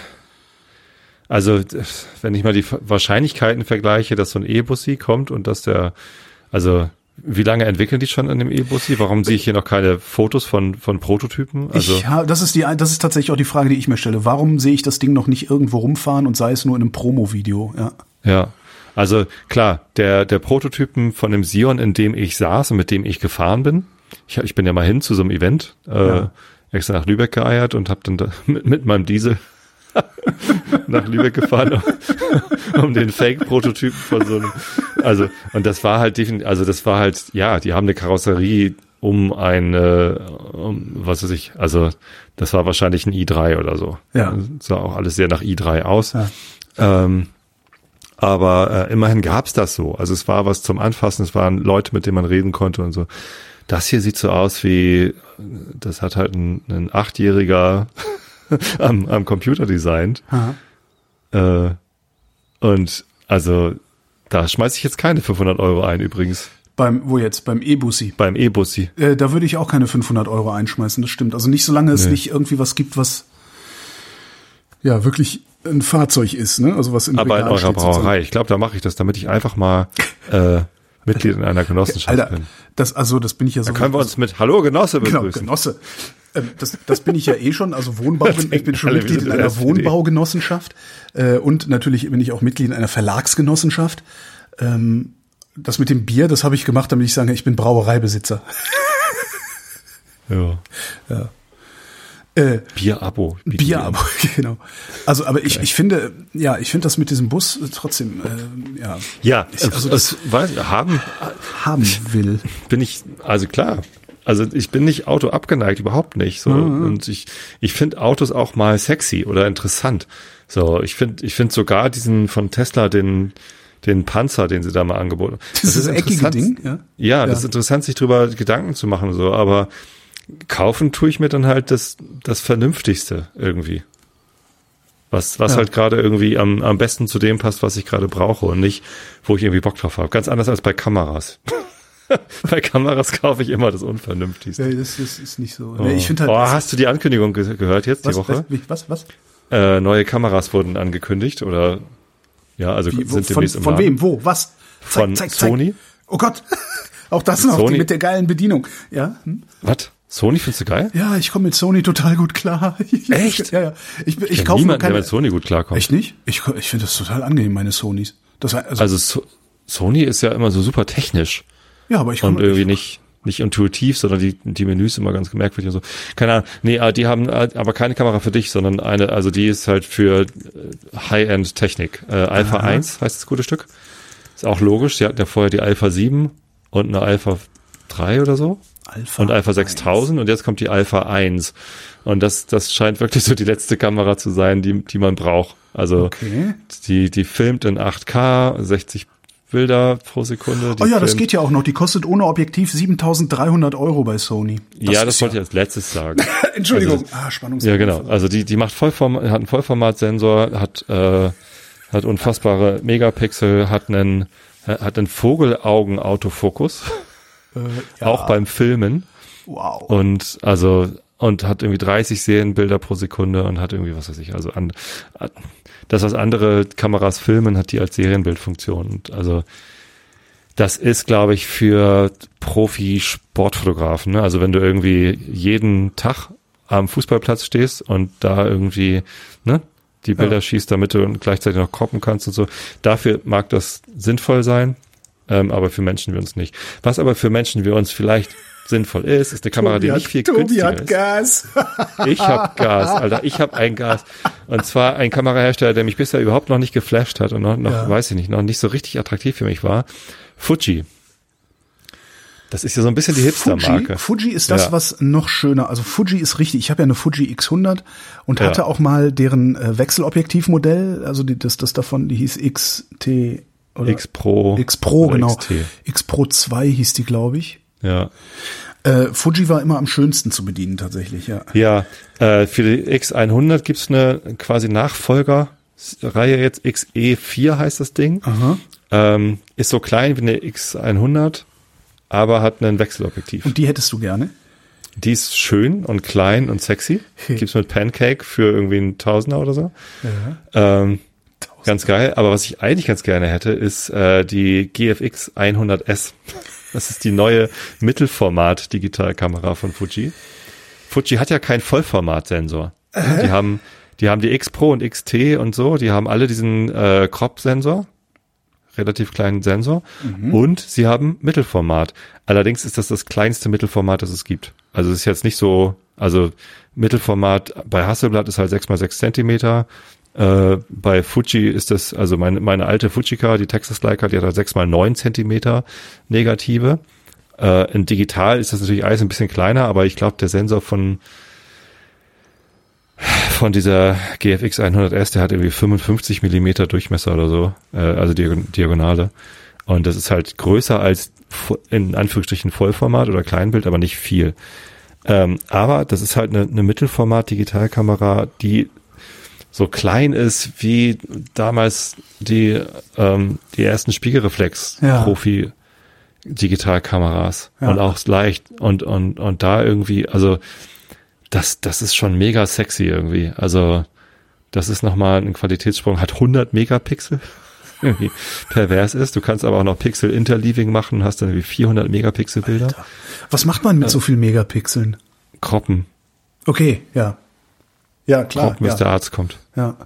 Also, wenn ich mal die Wahrscheinlichkeiten vergleiche, dass so ein E-Bussi kommt und dass der, also wie lange entwickeln die schon an dem E-Bussi? Warum sehe ich hier noch keine Fotos von von Prototypen? Also ich, das ist die, das ist tatsächlich auch die Frage, die ich mir stelle. Warum sehe ich das Ding noch nicht irgendwo rumfahren und sei es nur in einem Promo-Video? Ja. Ja. Also klar, der der Prototypen von dem Sion, in dem ich saß und mit dem ich gefahren bin. Ich, ich bin ja mal hin zu so einem Event, äh, ja. extra nach Lübeck geeiert und habe dann da mit, mit meinem Diesel nach Lübeck gefahren, um, um den Fake-Prototypen von so einem, also, und das war halt definitiv, also das war halt, ja, die haben eine Karosserie um eine, um, was weiß ich, also das war wahrscheinlich ein i drei oder so. Ja. Das sah auch alles sehr nach i drei aus. Ja. Ähm, aber äh, immerhin gab's das so. Also es war was zum Anfassen, es waren Leute, mit denen man reden konnte und so. Das hier sieht so aus wie, das hat halt ein, ein Achtjähriger am, am Computer designt. Äh, und also da schmeiße ich jetzt keine fünfhundert Euro ein übrigens. Beim, wo jetzt? Beim E-Bussi? Beim E-Bussi. Äh, da würde ich auch keine fünfhundert Euro einschmeißen, das stimmt. Also nicht, solange es nee. nicht irgendwie was gibt, was ja wirklich ein Fahrzeug ist, ne? Also was im Aber Regal in eurer steht, Brauerei. sozusagen. Ich glaube, da mache ich das, damit ich einfach mal äh, Mitglied in einer Genossenschaft Alter, bin. Das, also, das bin ich ja so. Da können wir uns mit Hallo Genosse begrüßen. Genau, Genosse. Ähm, das, das bin ich ja eh schon, also Wohnbau, ich bin schon Mitglied in einer Wohnbaugenossenschaft äh, und natürlich bin ich auch Mitglied in einer Verlagsgenossenschaft. Ähm, das mit dem Bier, das habe ich gemacht, damit ich sage, ich bin Brauereibesitzer. Ja. Ja. Äh, Bier-Abo. Bier-Abo, genau. Also, aber ich, ich finde, ja, ich finde das mit diesem Bus trotzdem, äh, ja. Ja, ich, also das, das weiß, haben, haben will. Bin ich, also klar. Also ich bin nicht Auto abgeneigt, überhaupt nicht. So mhm. Und ich, ich finde Autos auch mal sexy oder interessant. So, ich finde, ich finde sogar diesen von Tesla den, den Panzer, den sie da mal angeboten haben. Das, das ist ein eckige Ding, ja. Ja, ja, das ist interessant, sich drüber Gedanken zu machen, so. Aber kaufen tue ich mir dann halt das, das Vernünftigste irgendwie. Was, was ja. halt gerade irgendwie am, am besten zu dem passt, was ich gerade brauche und nicht, wo ich irgendwie Bock drauf habe. Ganz anders als bei Kameras. Bei Kameras kaufe ich immer das Unvernünftigste. Ja, das, das ist nicht so. Oh, nee, ich halt, oh hast du die Ankündigung ge- gehört jetzt, was, die Woche? Was, was? was? Äh, neue Kameras wurden angekündigt oder, ja, also Wie, wo, sind von, demnächst im Von Laden. wem? Wo? Was? Zeig, von zeig, zeig. Sony. Oh Gott. Auch das noch, Sony. die mit der geilen Bedienung. Ja. Hm? Was? Sony findest du geil? Ja, ich komme mit Sony total gut klar. Echt? Ja, ja. Ich, ich, ich kaufe niemanden, keine, der mit Sony gut klarkommt. Echt nicht? Ich, ich finde das total angenehm, meine Sonys. Das, also, also so, Sony ist ja immer so super technisch. Ja, aber ich und irgendwie ich, nicht nicht intuitiv, sondern die die Menüs immer ganz merkwürdig und so. Keine Ahnung. Nee, die haben aber keine Kamera für dich, sondern eine, also die ist halt für High-End Technik. Äh, Alpha Aha. eins heißt das gute Stück. Ist auch logisch. Sie hatten ja vorher die Alpha sieben und eine Alpha drei oder so. Alpha und Alpha sechstausend und jetzt kommt die Alpha eins. Und das, das scheint wirklich so die letzte Kamera zu sein, die, die man braucht. Also, okay. die, die filmt in acht K, sechzig Bilder pro Sekunde. Die oh ja, filmt. Das geht ja auch noch. Die kostet ohne Objektiv siebentausenddreihundert Euro bei Sony. Das ja, das wollte ja ich als letztes sagen. Entschuldigung. Also, ah, Spannungs- Ja, genau. Also die, die macht Vollformat, hat einen Vollformatsensor, hat, äh, hat unfassbare Megapixel, hat einen, hat einen Vogelaugen-Autofokus. Äh, ja. Auch beim Filmen. Wow. Und, also, und hat irgendwie dreißig Serienbilder pro Sekunde und hat irgendwie, was weiß ich, also an, das, was andere Kameras filmen, hat die als Serienbildfunktion. Und also das ist, glaube ich, für Profi-Sportfotografen. Ne? Also wenn du irgendwie jeden Tag am Fußballplatz stehst und da irgendwie ne, die Bilder ja. schießt, damit du gleichzeitig noch croppen kannst und so. Dafür mag das sinnvoll sein, ähm, aber für Menschen wie uns nicht. Was aber für Menschen wie uns vielleicht sinnvoll ist, ist eine Kamera, Tobi die nicht viel Tobi günstiger hat ist. Gas. Ich habe Gas, Alter. Ich habe ein Gas. Und zwar ein Kamerahersteller, der mich bisher überhaupt noch nicht geflasht hat und noch, noch ja. weiß ich nicht, noch nicht so richtig attraktiv für mich war. Fuji. Das ist ja so ein bisschen die Hipster-Marke. Fuji, Fuji ist das, ja. was noch schöner. Also Fuji ist richtig. Ich habe ja eine Fuji X hundert und hatte ja. auch mal deren äh, Wechselobjektivmodell. Also die, das, das davon, die hieß X T oder X Pro. X Pro, genau. X T. X Pro zwei hieß die, glaube ich. Ja. Äh, Fuji war immer am schönsten zu bedienen, tatsächlich, ja. Ja, äh, für die X hundert gibt's eine quasi Nachfolgerreihe jetzt. X E vier heißt das Ding. Aha. Ähm, ist so klein wie eine X hundert, aber hat ein Wechselobjektiv. Und die hättest du gerne? Die ist schön und klein und sexy. Gibt's mit Pancake für irgendwie einen Tausender oder so. Ja. Ähm, ganz geil. Aber was ich eigentlich ganz gerne hätte, ist äh, die G F X hundert S. Das ist die neue Mittelformat-Digitalkamera von Fuji. Fuji hat ja keinen Vollformatsensor. Äh? Die haben, die haben die X Pro und X T und so. Die haben alle diesen äh, Crop-Sensor, relativ kleinen Sensor. Mhm. Und sie haben Mittelformat. Allerdings ist das das kleinste Mittelformat, das es gibt. Also es ist jetzt nicht so, also Mittelformat bei Hasselblad ist halt sechs mal sechs Zentimeter. Äh, bei Fuji ist das, also meine, meine alte Fujica, die Texas Leica, die hat halt sechs mal neun Zentimeter Negative. Äh, in digital ist das natürlich alles ein bisschen kleiner, aber ich glaube, der Sensor von von dieser G F X hundert S, der hat irgendwie fünfundfünfzig Millimeter Durchmesser oder so, äh, also Diagonale. Und das ist halt größer als in Anführungsstrichen Vollformat oder Kleinbild, aber nicht viel. Ähm, aber das ist halt eine, eine Mittelformat-Digitalkamera, die so klein ist wie damals die ähm, die ersten Spiegelreflex-Profi-Digitalkameras ja. und auch leicht und und und da irgendwie, also das das ist schon mega sexy irgendwie. Also das ist nochmal ein Qualitätssprung, hat hundert Megapixel, irgendwie pervers ist. Du kannst aber auch noch Pixel Interleaving machen, hast dann irgendwie vierhundert Megapixel Bilder. Alter. Was macht man mit äh, so viel Megapixeln? Croppen. Okay, ja. Ja, klar. Croppen, bis ja. der Arzt kommt. Ja.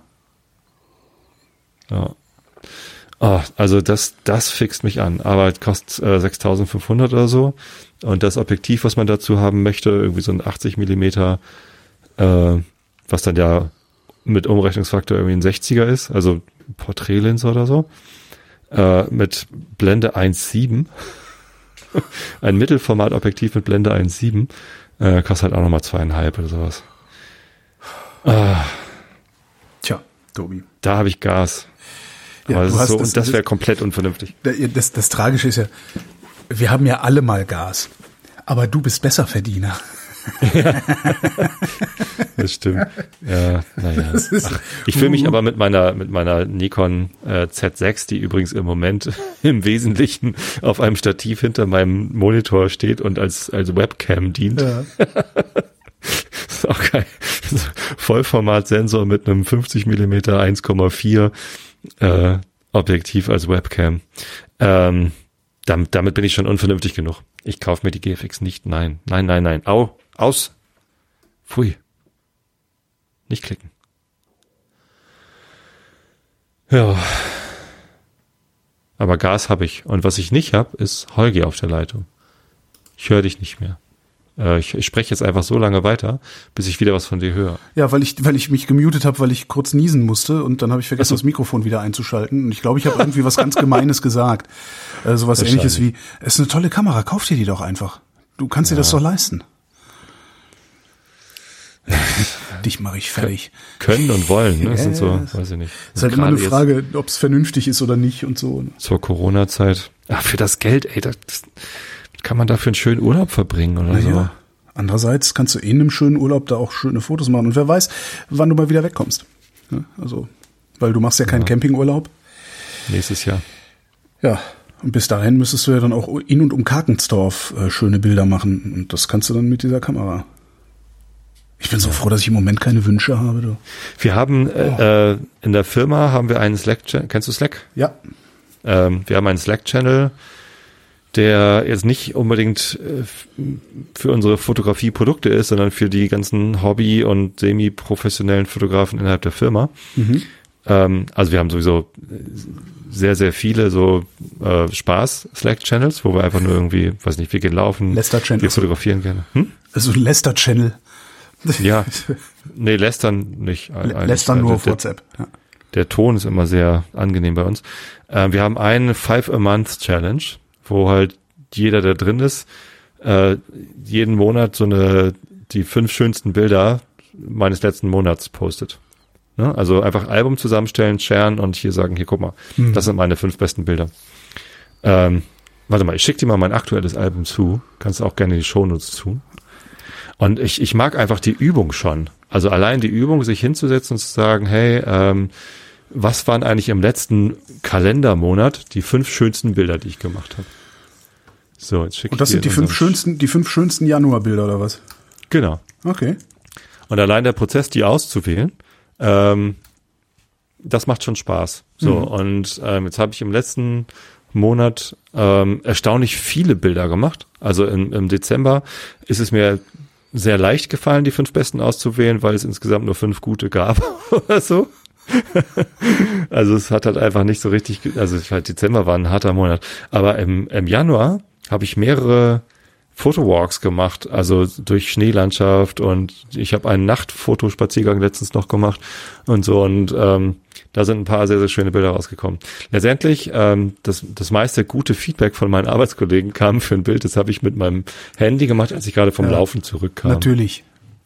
Ja. Oh, also das, das fixt mich an. Aber es kostet äh, sechstausendfünfhundert oder so. Und das Objektiv, was man dazu haben möchte, irgendwie so ein achtzig Millimeter, äh, was dann ja mit Umrechnungsfaktor irgendwie ein sechziger ist, also Porträtlinse oder so, äh, mit Blende eins Komma sieben. Ein Mittelformatobjektiv mit Blende eins Komma sieben, äh, kostet halt auch nochmal zweieinhalb oder sowas. Ah. Tja, Tobi. Da habe ich Gas. Ja, aber das, ist so, das, und das wäre komplett unvernünftig. Das, das, das Tragische ist ja, wir haben ja alle mal Gas, aber du bist Besserverdiener. Ja. Das stimmt. Ja, naja. Ich fühle mich aber mit meiner mit meiner Nikon äh, Z sechs, die übrigens im Moment im Wesentlichen auf einem Stativ hinter meinem Monitor steht und als als Webcam dient. Ja. Ist auch geil. Vollformatsensor mit einem fünfzig Millimeter eins Komma vier äh, Objektiv als Webcam. Ähm, damit, damit bin ich schon unvernünftig genug. Ich kaufe mir die G F X nicht. Nein, nein, nein, nein. Au, aus. Pfui. Nicht klicken. Ja. Aber Gas habe ich. Und was ich nicht habe, ist Holgi auf der Leitung. Ich höre dich nicht mehr. Ich, ich spreche jetzt einfach so lange weiter, bis ich wieder was von dir höre. Ja, weil ich weil ich mich gemutet habe, weil ich kurz niesen musste und dann habe ich vergessen, so. das Mikrofon wieder einzuschalten. Und ich glaube, ich habe irgendwie was ganz Gemeines gesagt. Äh, sowas Ähnliches wie, es ist eine tolle Kamera, kauf dir die doch einfach. Du kannst ja. dir das doch leisten. Dich mache ich fertig. Können und wollen, ne? Das yes. sind so, weiß ich nicht. Ist halt immer eine Frage, ob es vernünftig ist oder nicht und so. Zur Corona-Zeit. Ach, für das Geld, ey, das kann man dafür einen schönen Urlaub verbringen oder Na so. Ja. Andererseits kannst du in einem schönen Urlaub da auch schöne Fotos machen. Und wer weiß, wann du mal wieder wegkommst. Ja, also, weil du machst ja keinen ja. Campingurlaub. Nächstes Jahr. Ja, und bis dahin müsstest du ja dann auch in und um Karkensdorf äh, schöne Bilder machen. Und das kannst du dann mit dieser Kamera. Ich bin so froh, dass ich im Moment keine Wünsche habe. Du. Wir haben äh, oh. in der Firma haben wir einen Slack-Channel. Kennst du Slack? Ja. Ähm, wir haben einen Slack-Channel, der jetzt nicht unbedingt äh, für unsere Fotografie-Produkte ist, sondern für die ganzen Hobby- und semi-professionellen Fotografen innerhalb der Firma. Mhm. Ähm, also wir haben sowieso sehr, sehr viele so äh, Spaß-Slack-Channels, wo wir einfach nur irgendwie, weiß nicht, wir gehen laufen, wir fotografieren gerne. Hm? Also Lester-Channel. Ja, nee, lästern nicht. Lästern nur auf WhatsApp. Ja. Der Ton ist immer sehr angenehm bei uns. Äh, wir haben einen Five-a-Month-Challenge, wo halt jeder, der drin ist, äh, jeden Monat so eine die fünf schönsten Bilder meines letzten Monats postet. Ne? Also einfach Album zusammenstellen, sharen und hier sagen, hier guck mal, mhm. das sind meine fünf besten Bilder. Ähm, warte mal, ich schicke dir mal mein aktuelles Album zu. Kannst auch gerne die Shownotes tun. Und ich, ich mag einfach die Übung schon. Also allein die Übung, sich hinzusetzen und zu sagen, hey, ähm, was waren eigentlich im letzten Kalendermonat die fünf schönsten Bilder, die ich gemacht habe? So, jetzt schicke ich Und das sind die fünf schönsten, die fünf schönsten Januarbilder oder was? Genau. Okay. Und allein der Prozess, die auszuwählen, ähm, das macht schon Spaß. So, mhm. und ähm, jetzt habe ich im letzten Monat ähm, erstaunlich viele Bilder gemacht. Also im, im Dezember ist es mir sehr leicht gefallen, die fünf besten auszuwählen, weil es insgesamt nur fünf gute gab oder so. Also es hat halt einfach nicht so richtig, also halt Dezember war ein harter Monat. Aber im, im Januar habe ich mehrere Fotowalks gemacht, also durch Schneelandschaft, und ich habe einen Nachtfotospaziergang letztens noch gemacht und so, und ähm, da sind ein paar sehr, sehr schöne Bilder rausgekommen. Letztendlich, ähm, das, das meiste gute Feedback von meinen Arbeitskollegen kam für ein Bild, das habe ich mit meinem Handy gemacht, als ich gerade vom ja, Laufen zurückkam. Natürlich.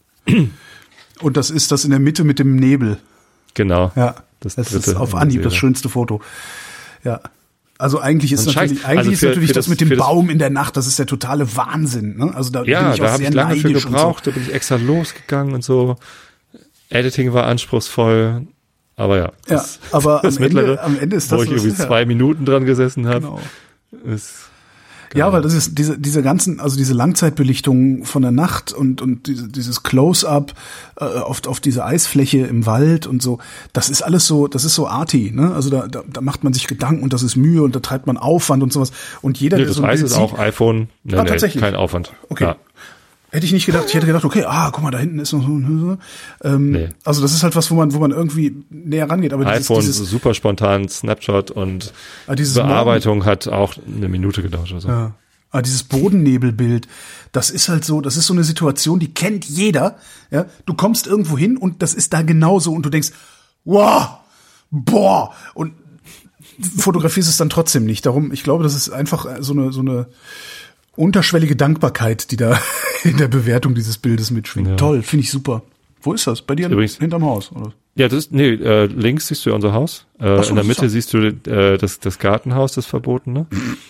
Und das ist das in der Mitte mit dem Nebel. Genau. Ja, das, das ist auf Anhieb das schönste Foto. Ja. Also eigentlich ist natürlich, eigentlich also für, ist natürlich das, das mit dem Baum in der Nacht, das ist der totale Wahnsinn. Ne? Also da ja, bin ich auch da habe ich lange für gebraucht, so. Da bin ich extra losgegangen und so. Editing war anspruchsvoll, aber ja. Das, ja, aber das am, mittlere, Ende, am Ende ist das, wo ich irgendwie ja. zwei Minuten dran gesessen habe. Genau. Ist Ja, weil das ist diese diese ganzen, also diese Langzeitbelichtungen von der Nacht und und diese, dieses Close-up äh, auf auf diese Eisfläche im Wald und so, das ist alles so, das ist so arty, ne? Also da, da da macht man sich Gedanken und das ist Mühe und da treibt man Aufwand und sowas, und jeder nee, der das so ein Eis Bild ist auch iPhone, nee, ah, nee, tatsächlich kein Aufwand. Okay. Ja. Hätte ich nicht gedacht. Ich hätte gedacht, okay, ah, guck mal, da hinten ist noch so. Ähm, nee. Also das ist halt was, wo man, wo man irgendwie näher rangeht. Aber iPhone, dieses, dieses, super spontan, Snapshot, und ah, Bearbeitung Morgen, hat auch eine Minute gedauert oder so. Ja. Aber dieses Bodennebelbild, das ist halt so, das ist so eine Situation, die kennt jeder. Ja, du kommst irgendwo hin und das ist da genauso und du denkst, wow, boah, und fotografierst es dann trotzdem nicht. Darum, ich glaube, das ist einfach so eine, so eine unterschwellige Dankbarkeit, die da in der Bewertung dieses Bildes mitschwingt. Ja. Toll, finde ich super. Wo ist das? Bei dir übrigens hinterm Haus, oder? Ja, das ist, nee, äh, links siehst du ja unser Haus. Äh, so, in der Mitte siehst du äh, das, das Gartenhaus, das Verbotene.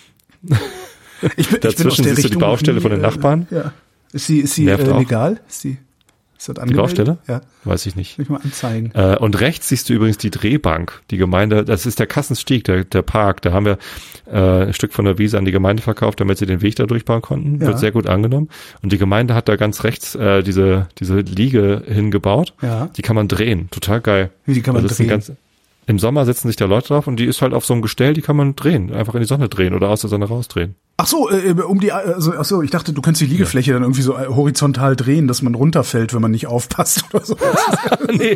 Ich bin, Dazwischen ich bin aus der siehst Richtung du die Baustelle von den Nachbarn. Äh, ja. Ist sie, ist sie äh, legal? Ist sie, ist das die Baustelle? Ja. Weiß ich nicht. Will ich mal anzeigen. Äh, und rechts siehst du übrigens die Drehbank. Die Gemeinde, das ist der Kassenstieg, der, der Park. Da haben wir äh, ein Stück von der Wiese an die Gemeinde verkauft, damit sie den Weg da durchbauen konnten. Ja. Wird sehr gut angenommen. Und die Gemeinde hat da ganz rechts äh, diese diese Liege hingebaut. Ja. Die kann man drehen. Total geil. Wie, die kann man also drehen? Ganz, im Sommer setzen sich da Leute drauf und die ist halt auf so einem Gestell, die kann man drehen. Einfach in die Sonne drehen oder aus der Sonne rausdrehen. Ach so, äh, um die, also, ach so, ich dachte, du könntest die Liegefläche ja. dann irgendwie so horizontal drehen, dass man runterfällt, wenn man nicht aufpasst oder so. Nee.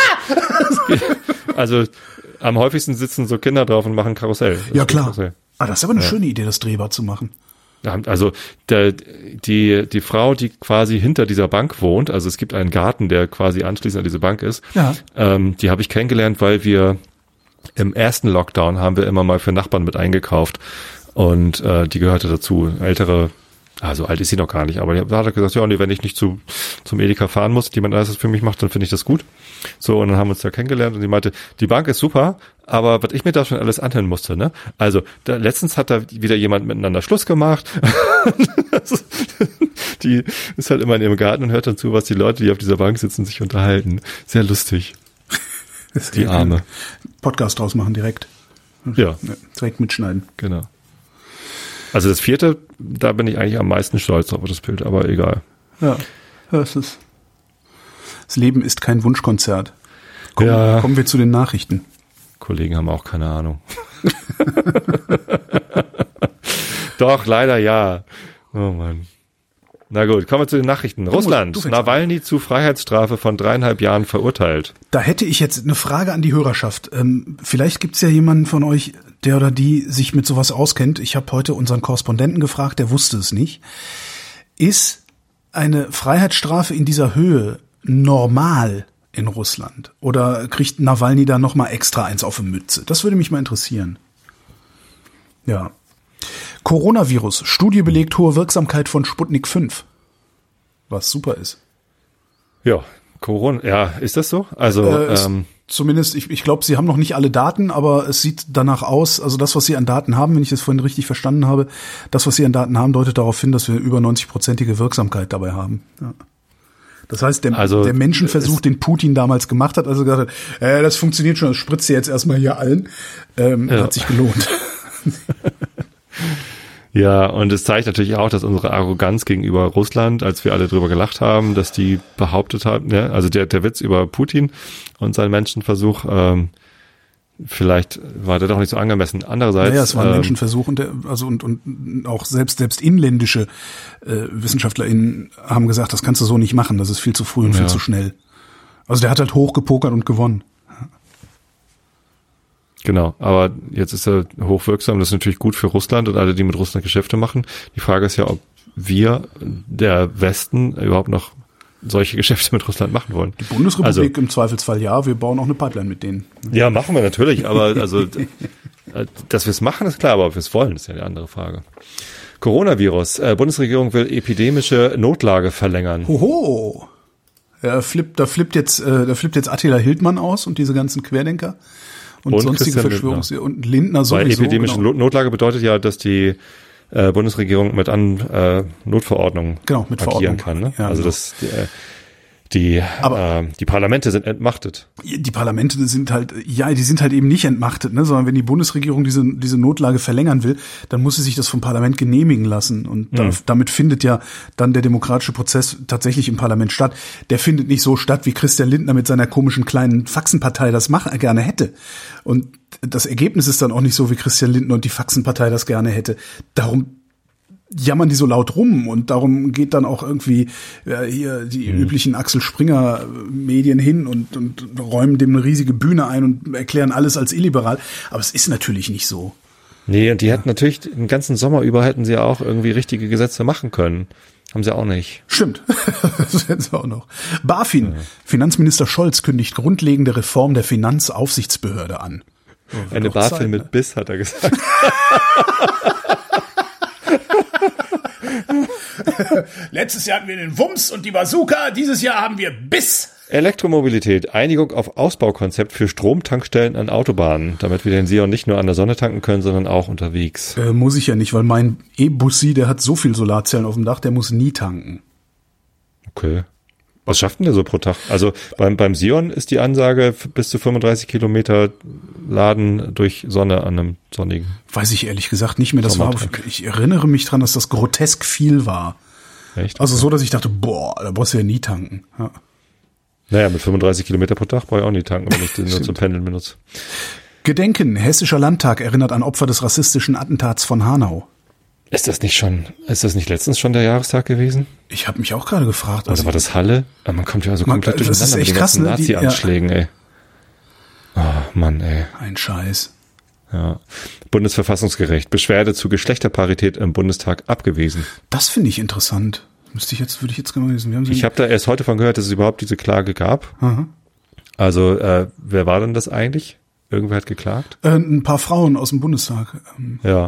Also am häufigsten sitzen so Kinder drauf und machen Karussell. Das ja klar. Karussell. Ah, das ist aber eine ja. schöne Idee, das drehbar zu machen. Also der, die die Frau, die quasi hinter dieser Bank wohnt, also es gibt einen Garten, der quasi anschließend an diese Bank ist. Ja. Ähm, die habe ich kennengelernt, weil wir im ersten Lockdown haben wir immer mal für Nachbarn mit eingekauft. Und äh, die gehörte dazu. Ältere, Also alt ist sie noch gar nicht, aber da hat er gesagt, ja, nee, wenn ich nicht zu zum Edeka fahren muss, jemand anderes das für mich macht, dann finde ich das gut. So, und dann haben wir uns da kennengelernt und sie meinte, die Bank ist super, aber was ich mir da schon alles anhören musste, ne? Also, da, letztens hat da wieder jemand miteinander Schluss gemacht. Die ist halt immer in ihrem Garten und hört dann zu, was die Leute, die auf dieser Bank sitzen, sich unterhalten. Sehr lustig. Die Arme. Podcast draus machen direkt. Ja. Direkt mitschneiden. Genau. Also das vierte, da bin ich eigentlich am meisten stolz auf das Bild, aber egal. Ja, das ist. Das Leben ist kein Wunschkonzert. Kommen, ja. kommen wir zu den Nachrichten. Kollegen haben auch keine Ahnung. Doch, leider ja. Oh Mann. Na gut, kommen wir zu den Nachrichten. Du Russland, musst, Nawalny zu Freiheitsstrafe von dreieinhalb Jahren verurteilt. Da hätte ich jetzt eine Frage an die Hörerschaft. Ähm, vielleicht gibt's ja jemanden von euch, der oder die sich mit sowas auskennt. Ich habe heute unseren Korrespondenten gefragt, der wusste es nicht. Ist eine Freiheitsstrafe in dieser Höhe normal in Russland? Oder kriegt Nawalny da nochmal extra eins auf die Mütze? Das würde mich mal interessieren. Ja. Coronavirus. Studie belegt hohe Wirksamkeit von Sputnik fünf. Was super ist. Ja, Corona, ja, ist das so? Also, äh, ähm, zumindest, ich, ich glaube, sie haben noch nicht alle Daten, aber es sieht danach aus, also das, was sie an Daten haben, wenn ich das vorhin richtig verstanden habe, das, was sie an Daten haben, deutet darauf hin, dass wir über neunzig-prozentige Wirksamkeit dabei haben. Ja. Das heißt, der, also, der Menschenversuch, den Putin damals gemacht hat, also gesagt hat, äh, das funktioniert schon, das spritzt ihr jetzt erstmal hier allen, ähm, ja. hat sich gelohnt. Ja, und es zeigt natürlich auch, dass unsere Arroganz gegenüber Russland, als wir alle drüber gelacht haben, dass die behauptet haben, ja, also der der Witz über Putin und seinen Menschenversuch, ähm, vielleicht war der doch nicht so angemessen. Andererseits, naja, es war ein ähm, Menschenversuch und der, also und und auch selbst selbst inländische äh, WissenschaftlerInnen haben gesagt, das kannst du so nicht machen, das ist viel zu früh und viel ja. zu schnell. Also der hat halt hochgepokert und gewonnen. Genau, aber jetzt ist er hochwirksam, das ist natürlich gut für Russland und alle, die mit Russland Geschäfte machen. Die Frage ist ja, ob wir, der Westen, überhaupt noch solche Geschäfte mit Russland machen wollen. Die Bundesrepublik also, im Zweifelsfall ja, wir bauen auch eine Pipeline mit denen. Ja, machen wir natürlich, aber also, dass wir es machen, ist klar, aber ob wir es wollen, ist ja eine andere Frage. Coronavirus, äh, Bundesregierung will epidemische Notlage verlängern. Hoho! Ja, flippt, da flippt jetzt, äh, da flippt jetzt Attila Hildmann aus und diese ganzen Querdenker. Und, und sonstige Verschwörungs- Lindner. Und Lindner sowieso. Weil epidemische genau. Notlage bedeutet ja, dass die äh, Bundesregierung mit an äh, Notverordnungen genau, mit agieren Verordnung. kann. Ne? Ja, also genau. das äh, die Aber äh, die Parlamente sind entmachtet. Die Parlamente sind halt, ja, die sind halt eben nicht entmachtet, ne, sondern wenn die Bundesregierung diese diese Notlage verlängern will, dann muss sie sich das vom Parlament genehmigen lassen und mhm. da, damit findet ja dann der demokratische Prozess tatsächlich im Parlament statt. Der findet nicht so statt, wie Christian Lindner mit seiner komischen kleinen Faxenpartei das machen, gerne hätte. Und das Ergebnis ist dann auch nicht so, wie Christian Lindner und die Faxenpartei das gerne hätte. Darum jammern die so laut rum und darum geht dann auch irgendwie ja, hier die mhm. üblichen Axel Springer Medien hin und, und räumen dem eine riesige Bühne ein und erklären alles als illiberal. Aber es ist natürlich nicht so. Nee, und die hätten natürlich den ganzen Sommer über hätten sie auch irgendwie richtige Gesetze machen können. Haben sie auch nicht. Stimmt. Das hätten sie auch noch. BaFin. Ja. Finanzminister Scholz kündigt grundlegende Reform der Finanzaufsichtsbehörde an. Oh, Eine BaFin Zeit, mit ne? Biss, hat er gesagt. Letztes Jahr hatten wir den Wumms und die Bazooka, dieses Jahr haben wir Biss. Elektromobilität, Einigung auf Ausbaukonzept für Stromtankstellen an Autobahnen, damit wir den Sion nicht nur an der Sonne tanken können, sondern auch unterwegs. Äh, muss ich ja nicht, weil mein E-Bussi, der hat so viel Solarzellen auf dem Dach, der muss nie tanken. Okay. Was schafft denn der so pro Tag? Also beim, beim Sion ist die Ansage bis zu fünfunddreißig Kilometer Laden durch Sonne an einem sonnigen. Weiß ich ehrlich gesagt nicht mehr. Das war, ich erinnere mich dran, dass das grotesk viel war. Echt? Also so, dass ich dachte, boah, da brauchst du ja nie tanken. Ja. Naja, mit fünfunddreißig Kilometer pro Tag brauche ich auch nie tanken, wenn ich den nur zum Pendeln benutze. Gedenken, Hessischer Landtag erinnert an Opfer des rassistischen Attentats von Hanau. Ist das nicht schon, ist das nicht letztens schon der Jahrestag gewesen? Ich habe mich auch gerade gefragt. Also Oder war das Halle? Aber man kommt ja also komplett man, durcheinander mit den krass, ganzen ne? Nazi-Anschlägen, ja. ey. Oh, Mann, ey. Ein Scheiß. Ja. Bundesverfassungsgericht. Beschwerde zu Geschlechterparität im Bundestag abgewiesen. Das finde ich interessant. Müsste ich jetzt, würde ich jetzt gerne mal lesen. Wir haben ich habe da erst heute von gehört, dass es überhaupt diese Klage gab. Aha. Also, äh, wer war denn das eigentlich? Irgendwer hat geklagt? Äh, ein paar Frauen aus dem Bundestag. Ähm. Ja,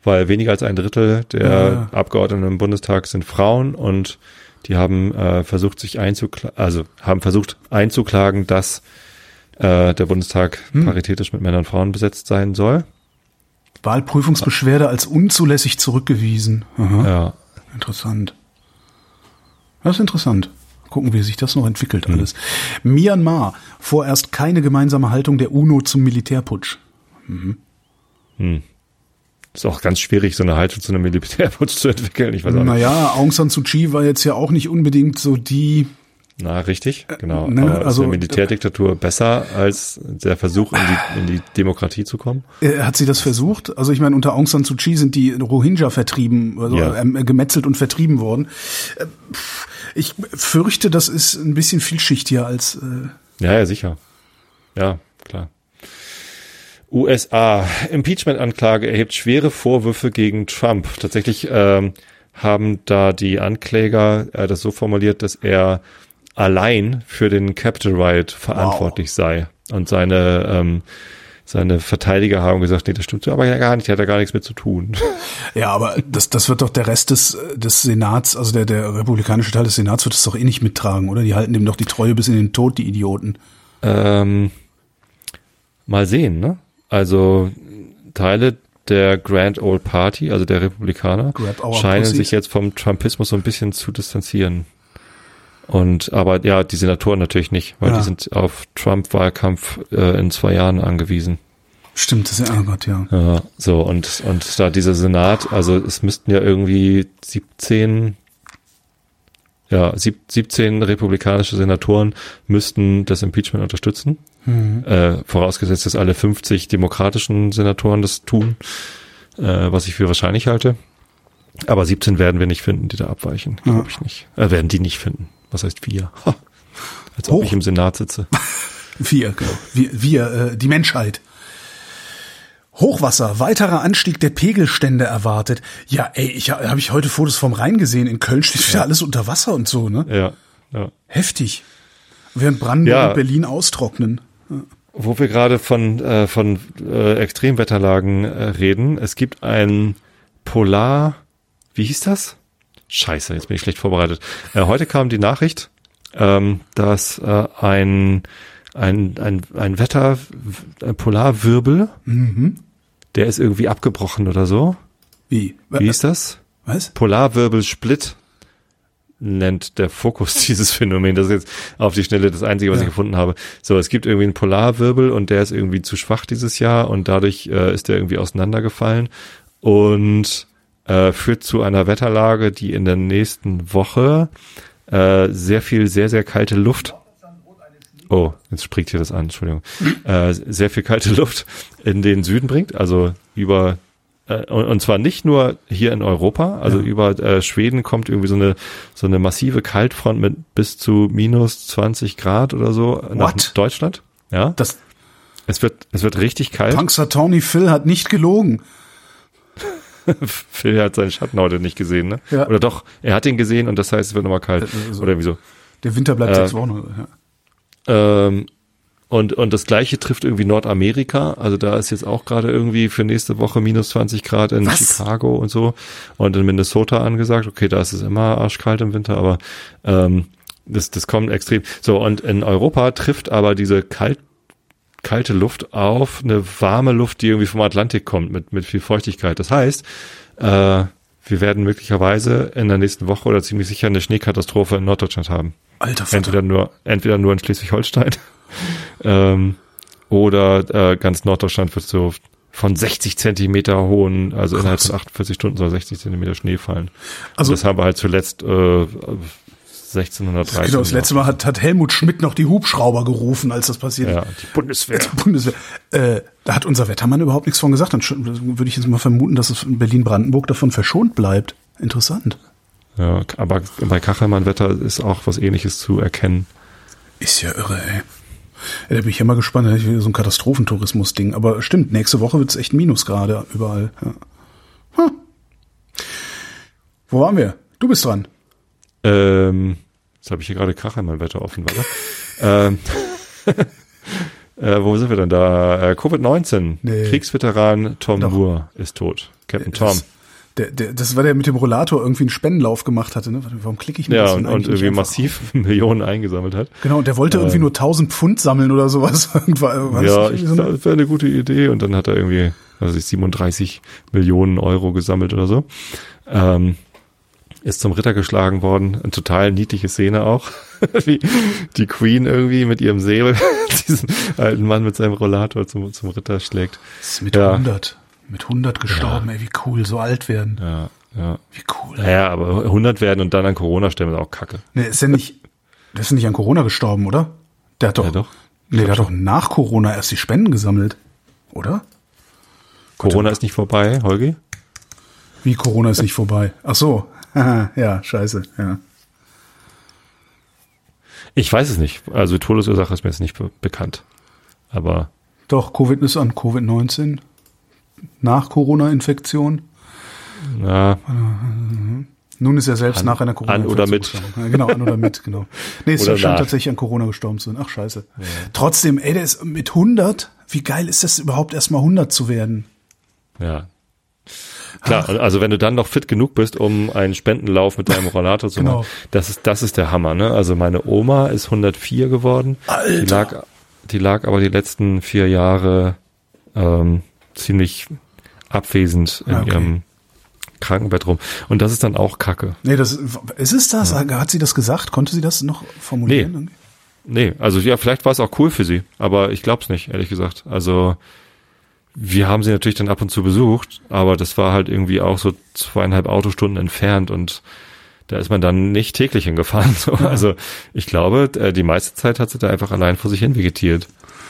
weil weniger als ein Drittel der Ja. Abgeordneten im Bundestag sind Frauen und die haben äh, versucht, sich einzuklagen, also haben versucht einzuklagen, dass äh, der Bundestag Hm. paritätisch mit Männern und Frauen besetzt sein soll. Wahlprüfungsbeschwerde als unzulässig zurückgewiesen. Aha. Ja. Interessant. Das ist interessant. Gucken, wie sich das noch entwickelt Hm. alles. Myanmar, vorerst keine gemeinsame Haltung der UNO zum Militärputsch. Mhm. Hm. Ist auch ganz schwierig, so eine Haltung zu einem Militärputsch zu entwickeln. Ich weiß auch nicht. Naja, Aung San Suu Kyi war jetzt ja auch nicht unbedingt so die... Na, richtig, genau. ne, Aber also- ist eine Militärdiktatur besser als der Versuch, in die, in die Demokratie zu kommen? Äh, Hat sie das versucht? Also ich meine, unter Aung San Suu Kyi sind die Rohingya vertrieben, also Ja. ähm, gemetzelt und vertrieben worden. Äh, pff, Ich fürchte, das ist ein bisschen vielschichtiger als... Äh Ja, ja, sicher. Ja, klar. U S A. Impeachment-Anklage erhebt schwere Vorwürfe gegen Trump. Tatsächlich ähm, haben da die Ankläger äh, das so formuliert, dass er allein für den Capitol Riot verantwortlich Wow. sei. Und seine ähm, seine Verteidiger haben gesagt, nee, das stimmt so, aber ja gar nicht, der hat da gar nichts mit zu tun. Ja, aber das, das wird doch der Rest des, des Senats, also der, der republikanische Teil des Senats wird das doch eh nicht mittragen, oder? Die halten dem doch die Treue bis in den Tod, die Idioten. Ähm, mal sehen, ne? Also Teile der Grand Old Party, also der Republikaner, Grab our scheinen pussies. sich jetzt vom Trumpismus so ein bisschen zu distanzieren. Und aber ja, die Senatoren natürlich nicht, weil Ja. die sind auf Trump-Wahlkampf äh, in zwei Jahren angewiesen. Stimmt, das ist ja, oh Gott, ja. Ja, so und und da dieser Senat, also es müssten ja irgendwie siebzehn ja, sieb, siebzehn republikanische Senatoren müssten das Impeachment unterstützen. Mhm. Äh, vorausgesetzt, dass alle fünfzig demokratischen Senatoren das tun, äh, was ich für wahrscheinlich halte. Aber siebzehn werden wir nicht finden, die da abweichen, glaube Ja. ich nicht. Äh, werden die nicht finden. Was heißt wir? Ha. Als ob Hoch. ich im Senat sitze. Wir, genau. Wir, wir äh, die Menschheit. Hochwasser, weiterer Anstieg der Pegelstände erwartet. Ja, ey, ich habe ich heute Fotos vom Rhein gesehen. In Köln steht wieder alles unter Wasser und so, ne? Ja, ja. Heftig. Während Brandenburg Ja. und Berlin austrocknen. Wo wir gerade von äh, von äh, Extremwetterlagen äh, reden, es gibt ein Polar, wie hieß das? Scheiße, jetzt bin ich schlecht vorbereitet. Äh, heute kam die Nachricht, ähm, dass äh, ein ein ein ein Wetter ein Polarwirbel, Mhm. der ist irgendwie abgebrochen oder so. Wie? Wie ist das? Was? Polarwirbelsplit nennt der Fokus dieses Phänomen. Das ist jetzt auf die Schnelle das Einzige, was Ja. ich gefunden habe. So, es gibt irgendwie einen Polarwirbel und der ist irgendwie zu schwach dieses Jahr und dadurch äh, ist der irgendwie auseinandergefallen und äh, führt zu einer Wetterlage, die in der nächsten Woche äh, sehr viel, sehr, sehr kalte Luft Oh, jetzt springt hier das an, Entschuldigung. Äh, sehr viel kalte Luft in den Süden bringt, also über äh, und, und zwar nicht nur hier in Europa, also Ja. über äh, Schweden kommt irgendwie so eine so eine massive Kaltfront mit bis zu minus zwanzig Grad oder so nach What? Deutschland. Ja, Das es wird es wird richtig kalt. Punxsutawney Phil hat nicht gelogen. Phil hat seinen Schatten heute nicht gesehen, ne? Ja. Oder doch? Er hat ihn gesehen und das heißt, es wird nochmal kalt. Also- Oder wieso? Der Winter bleibt Äh, sechs Wochen. Ja. Ähm, und, und das Gleiche trifft irgendwie Nordamerika. Also da ist jetzt auch gerade irgendwie für nächste Woche minus zwanzig Grad in Was? Chicago und so. Und in Minnesota angesagt. Okay, da ist es immer arschkalt im Winter, aber ähm, das, das kommt extrem. So, und in Europa trifft aber diese kalt, kalte Luft auf eine warme Luft, die irgendwie vom Atlantik kommt, mit, mit viel Feuchtigkeit. Das heißt, äh, wir werden möglicherweise in der nächsten Woche oder ziemlich sicher eine Schneekatastrophe in Norddeutschland haben. Alter Vater. Entweder nur, entweder nur in Schleswig-Holstein ähm, oder äh, ganz Norddeutschland wird so von sechzig Zentimeter hohen, also Krass. innerhalb von achtundvierzig Stunden soll sechzig Zentimeter Schnee fallen. Also- Und das haben wir halt zuletzt äh, sechzehnhundertdreizehn. Genau, das letzte Mal hat, hat Helmut Schmidt noch die Hubschrauber gerufen, als das passiert ist. Ja, die Bundeswehr. Die Bundeswehr. Äh, da hat unser Wettermann überhaupt nichts von gesagt. Dann sch- würde ich jetzt mal vermuten, dass es in Berlin-Brandenburg davon verschont bleibt. Interessant. Ja, aber bei Kachelmann-Wetter ist auch was Ähnliches zu erkennen. Ist ja irre, ey. Ja, da bin ich ja mal gespannt. Da ist wieder so ein Katastrophentourismus-Ding. Aber stimmt, nächste Woche wird es echt Minusgrade überall. Ja. Hm. Wo waren wir? Du bist dran. Ähm, jetzt habe ich hier gerade Kachelmann-Wetter offen, warte. ähm, äh, wo sind wir denn da? Äh, Covid neunzehn. Nee. Kriegsveteran Tom Doch. Moore ist tot. Captain Tom. Das, der, der, das war der mit dem Rollator irgendwie einen Spendenlauf gemacht hatte, ne? Warum klicke ich mir ja, das und, und irgendwie massiv auf? Millionen eingesammelt hat. Genau, und der wollte ähm, irgendwie nur tausend Pfund sammeln oder sowas. War ja, ich, so das wäre eine gute Idee. Und dann hat er irgendwie, also siebenunddreißig Millionen Euro gesammelt oder so. Ähm, ist zum Ritter geschlagen worden. Eine total niedliche Szene auch. Wie die Queen irgendwie mit ihrem Säbel diesen alten Mann mit seinem Rollator zum, zum Ritter schlägt. Das ist mit ja. hundert. Mit hundert gestorben, ja. Ey, wie cool, so alt werden. Ja, ja. Wie cool. Naja, aber hundert werden und dann an Corona sterben ist auch kacke. Nee, ist ja nicht, der ist nicht an Corona gestorben, oder? Der hat doch, ja, doch. Nee, der hat doch nach Corona erst die Spenden gesammelt, oder? Corona ist nicht vorbei, Holgi? Wie, Corona ist nicht vorbei? Ach so. Ja, scheiße, ja. Ich weiß es nicht. Also Todesursache ist mir jetzt nicht be- bekannt. Aber doch, Covid ist an Covid neunzehn. Nach Corona-Infektion. Ja. Nun ist er selbst an, nach einer Corona-Infektion. An oder mit. Ja, genau, an oder mit, genau. Nee, es oder scheint nach. tatsächlich an Corona gestorben zu sein. Ach, scheiße. Ja. Trotzdem, ey, der ist mit hundert. Wie geil ist das überhaupt, erstmal hundert zu werden? Ja. Klar, Ach. also wenn du dann noch fit genug bist, um einen Spendenlauf mit deinem Rollator zu genau. machen, das ist, das ist der Hammer, ne? Also meine Oma ist hundertvier geworden. Alter. Die lag, die lag aber die letzten vier Jahre ähm, ziemlich abwesend in ja, okay. ihrem Krankenbett rum. Und das ist dann auch Kacke. Nee, das ist es das? Ja. Hat sie das gesagt? Konnte sie das noch formulieren? Nee. Nee, also ja, vielleicht war es auch cool für sie, aber ich glaube es nicht, ehrlich gesagt. Also wir haben sie natürlich dann ab und zu besucht, aber das war halt irgendwie auch so zweieinhalb Autostunden entfernt und da ist man dann nicht täglich hingefahren. So. Ja. Also ich glaube, die meiste Zeit hat sie da einfach allein vor sich hin vegetiert.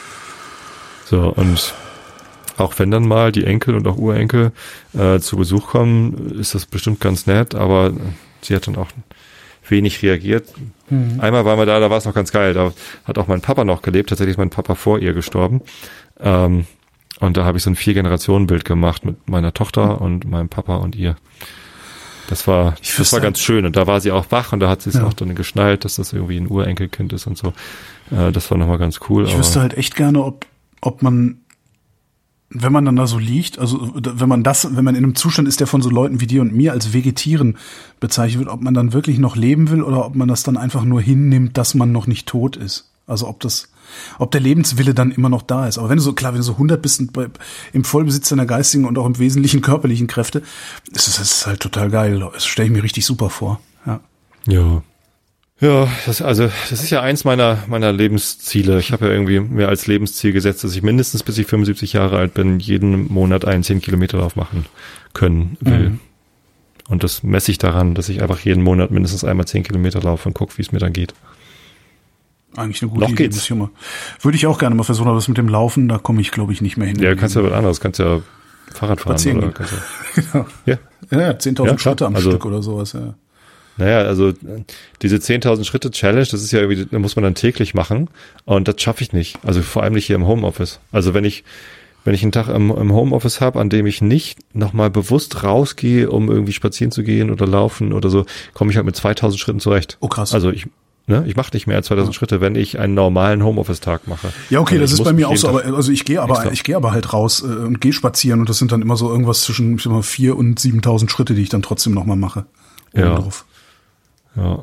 So, und auch wenn dann mal die Enkel und auch Urenkel äh, zu Besuch kommen, ist das bestimmt ganz nett, aber sie hat dann auch wenig reagiert. Mhm. Einmal waren wir da, da war es noch ganz geil, da hat auch mein Papa noch gelebt, tatsächlich ist mein Papa vor ihr gestorben. Ähm, Und da habe ich so ein Vier-Generationen-Bild gemacht mit meiner Tochter und meinem Papa und ihr. Das war, ich das war ganz schön. Und da war sie auch wach und da hat sie es ja. auch dann geschnallt, dass das irgendwie ein Urenkelkind ist und so. Äh, das war nochmal ganz cool. Ich wüsste halt echt gerne, ob, ob man, wenn man dann da so liegt, also wenn man das, wenn man in einem Zustand ist, der von so Leuten wie dir und mir als Vegetieren bezeichnet wird, ob man dann wirklich noch leben will oder ob man das dann einfach nur hinnimmt, dass man noch nicht tot ist. Also ob das, ob der Lebenswille dann immer noch da ist. Aber wenn du so, klar, wenn du so hundert bist und bei, im Vollbesitz deiner geistigen und auch im Wesentlichen körperlichen Kräfte, ist es ist halt total geil. Das stelle ich mir richtig super vor. Ja. Ja. Ja, das, also, das ist ja eins meiner, meiner Lebensziele. Ich habe ja irgendwie mir als Lebensziel gesetzt, dass ich mindestens bis ich fünfundsiebzig Jahre alt bin, jeden Monat einen zehn Kilometer Lauf machen können will. Mhm. Und das messe ich daran, dass ich einfach jeden Monat mindestens einmal zehn Kilometer laufe und gucke, wie es mir dann geht. Eigentlich eine gute Noch Idee. Geht's. Mal. Würde ich auch gerne mal versuchen, aber das mit dem Laufen, da komme ich, glaube ich, nicht mehr hin. Ja, kannst ja was anderes, kannst ja Fahrrad fahren. Oder kannst ja, genau. Ja, ja zehntausend ja, Schritte am also, Stück oder sowas, ja. Naja, also diese zehntausend Schritte Challenge, das ist ja irgendwie, da muss man dann täglich machen und das schaffe ich nicht. Also vor allem nicht hier im Homeoffice. Also wenn ich wenn ich einen Tag im, im Homeoffice habe, an dem ich nicht nochmal bewusst rausgehe, um irgendwie spazieren zu gehen oder laufen oder so, komme ich halt mit zweitausend Schritten zurecht. Oh krass. Also ich Ne, ich mache nicht mehr als zweitausend ja. Schritte, wenn ich einen normalen Homeoffice-Tag mache. Ja, okay, also das ist bei mir auch so, aber also ich gehe aber extra. ich gehe aber halt raus äh, und gehe spazieren und das sind dann immer so irgendwas zwischen ich sag mal vier und siebentausend Schritte, die ich dann trotzdem nochmal mache. Ja. Drauf. Ja.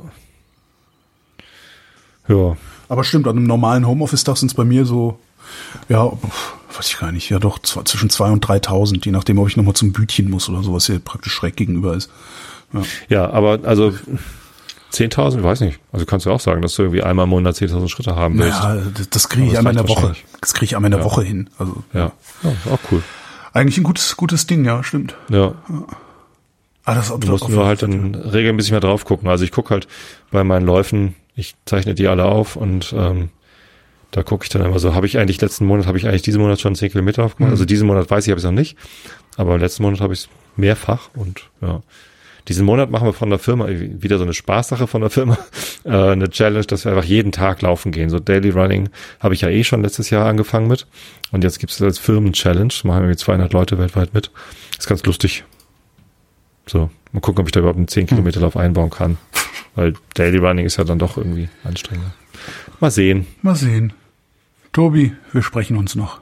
Ja. Aber stimmt, an einem normalen Homeoffice-Tag sind es bei mir so, ja, weiß ich gar nicht, ja doch zwischen zwei und dreitausend, je nachdem, ob ich nochmal zum Bütchen muss oder sowas, hier praktisch schräg gegenüber ist. Ja, ja, aber also zehntausend, weiß nicht. Also kannst du auch sagen, dass du irgendwie einmal im Monat zehntausend Schritte haben willst. Ja, das, das kriege ich einmal in der Woche. Das kriege ich einmal in der ja. Woche hin. Also ja. ja, auch cool. Eigentlich ein gutes gutes Ding, ja, stimmt. Ja. ja. Ah, das, du musst nur halt dann regelmäßig mal drauf gucken. Also ich gucke halt bei meinen Läufen, ich zeichne die alle auf und ähm, da gucke ich dann immer so, habe ich eigentlich letzten Monat, habe ich eigentlich diesen Monat schon zehn Kilometer aufgemacht? Mhm. Also diesen Monat weiß ich, habe ich es noch nicht. Aber letzten Monat habe ich es mehrfach und ja. Diesen Monat machen wir von der Firma, wieder so eine Spaßsache von der Firma, äh, eine Challenge, dass wir einfach jeden Tag laufen gehen. So Daily Running habe ich ja eh schon letztes Jahr angefangen mit. Und jetzt gibt es als Firmen-Challenge, machen wir zweihundert Leute weltweit mit. Ist ganz lustig. So, mal gucken, ob ich da überhaupt einen zehn Kilometer Lauf einbauen kann. Weil Daily Running ist ja dann doch irgendwie anstrengender. Mal sehen. Mal sehen. Tobi, wir sprechen uns noch.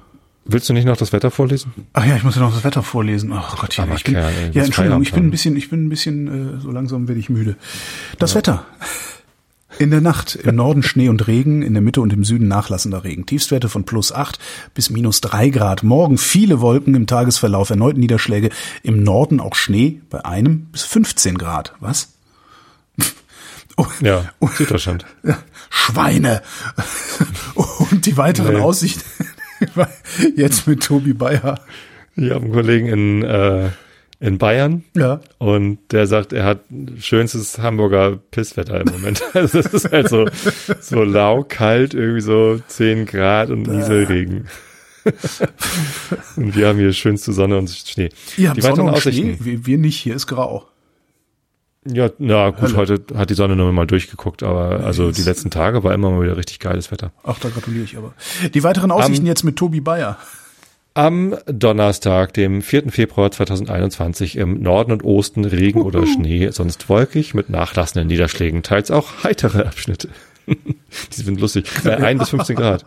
Willst du nicht noch das Wetter vorlesen? Ach ja, ich muss ja noch das Wetter vorlesen. Ach Gott, ja, ich bin, Kerl, ey, ja, Entschuldigung, ich bin ein bisschen, ich bin ein bisschen, äh, so langsam werde ich müde. Das ja. Wetter. In der Nacht im Norden Schnee und Regen, in der Mitte und im Süden nachlassender Regen. Tiefstwerte von plus acht bis minus drei Grad. Morgen viele Wolken im Tagesverlauf, erneut Niederschläge. Im Norden auch Schnee bei einem bis fünfzehn Grad. Was? Oh, ja, Süddeutschland. Schweine. Und die weiteren nee. Aussichten jetzt mit Tobi Bayer. Ich habe einen Kollegen in, äh, in Bayern. Ja. Und der sagt, er hat schönstes Hamburger Pisswetter im Moment. Also es ist halt so, so lau, kalt, irgendwie so zehn Grad und Nieselregen. Und wir haben hier schönste Sonne und Schnee. Ihr habt Sonne und Schnee? Wir, wir nicht, hier ist grau. Ja, na gut, Hölle. Heute hat die Sonne nur mal durchgeguckt, aber also die letzten Tage war immer mal wieder richtig geiles Wetter. Ach, da gratuliere ich aber. Die weiteren Aussichten am, jetzt mit Tobi Bayer. Am Donnerstag, dem vierten Februar zweitausendeinundzwanzig, im Norden und Osten Regen Uhu. oder Schnee, sonst wolkig mit nachlassenden Niederschlägen, teils auch heitere Abschnitte. Die sind lustig. Äh, ein bis fünfzehn Grad.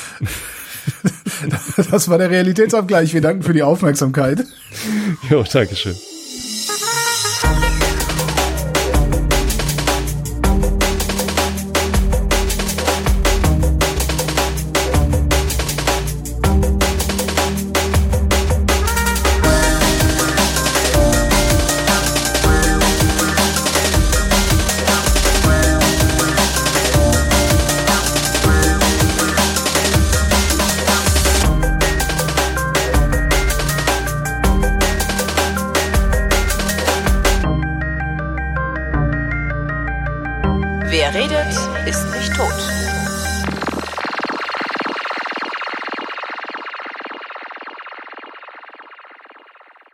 Das war der Realitätsabgleich. Wir danken für die Aufmerksamkeit. Jo, Dankeschön. Wer redet, ist nicht tot.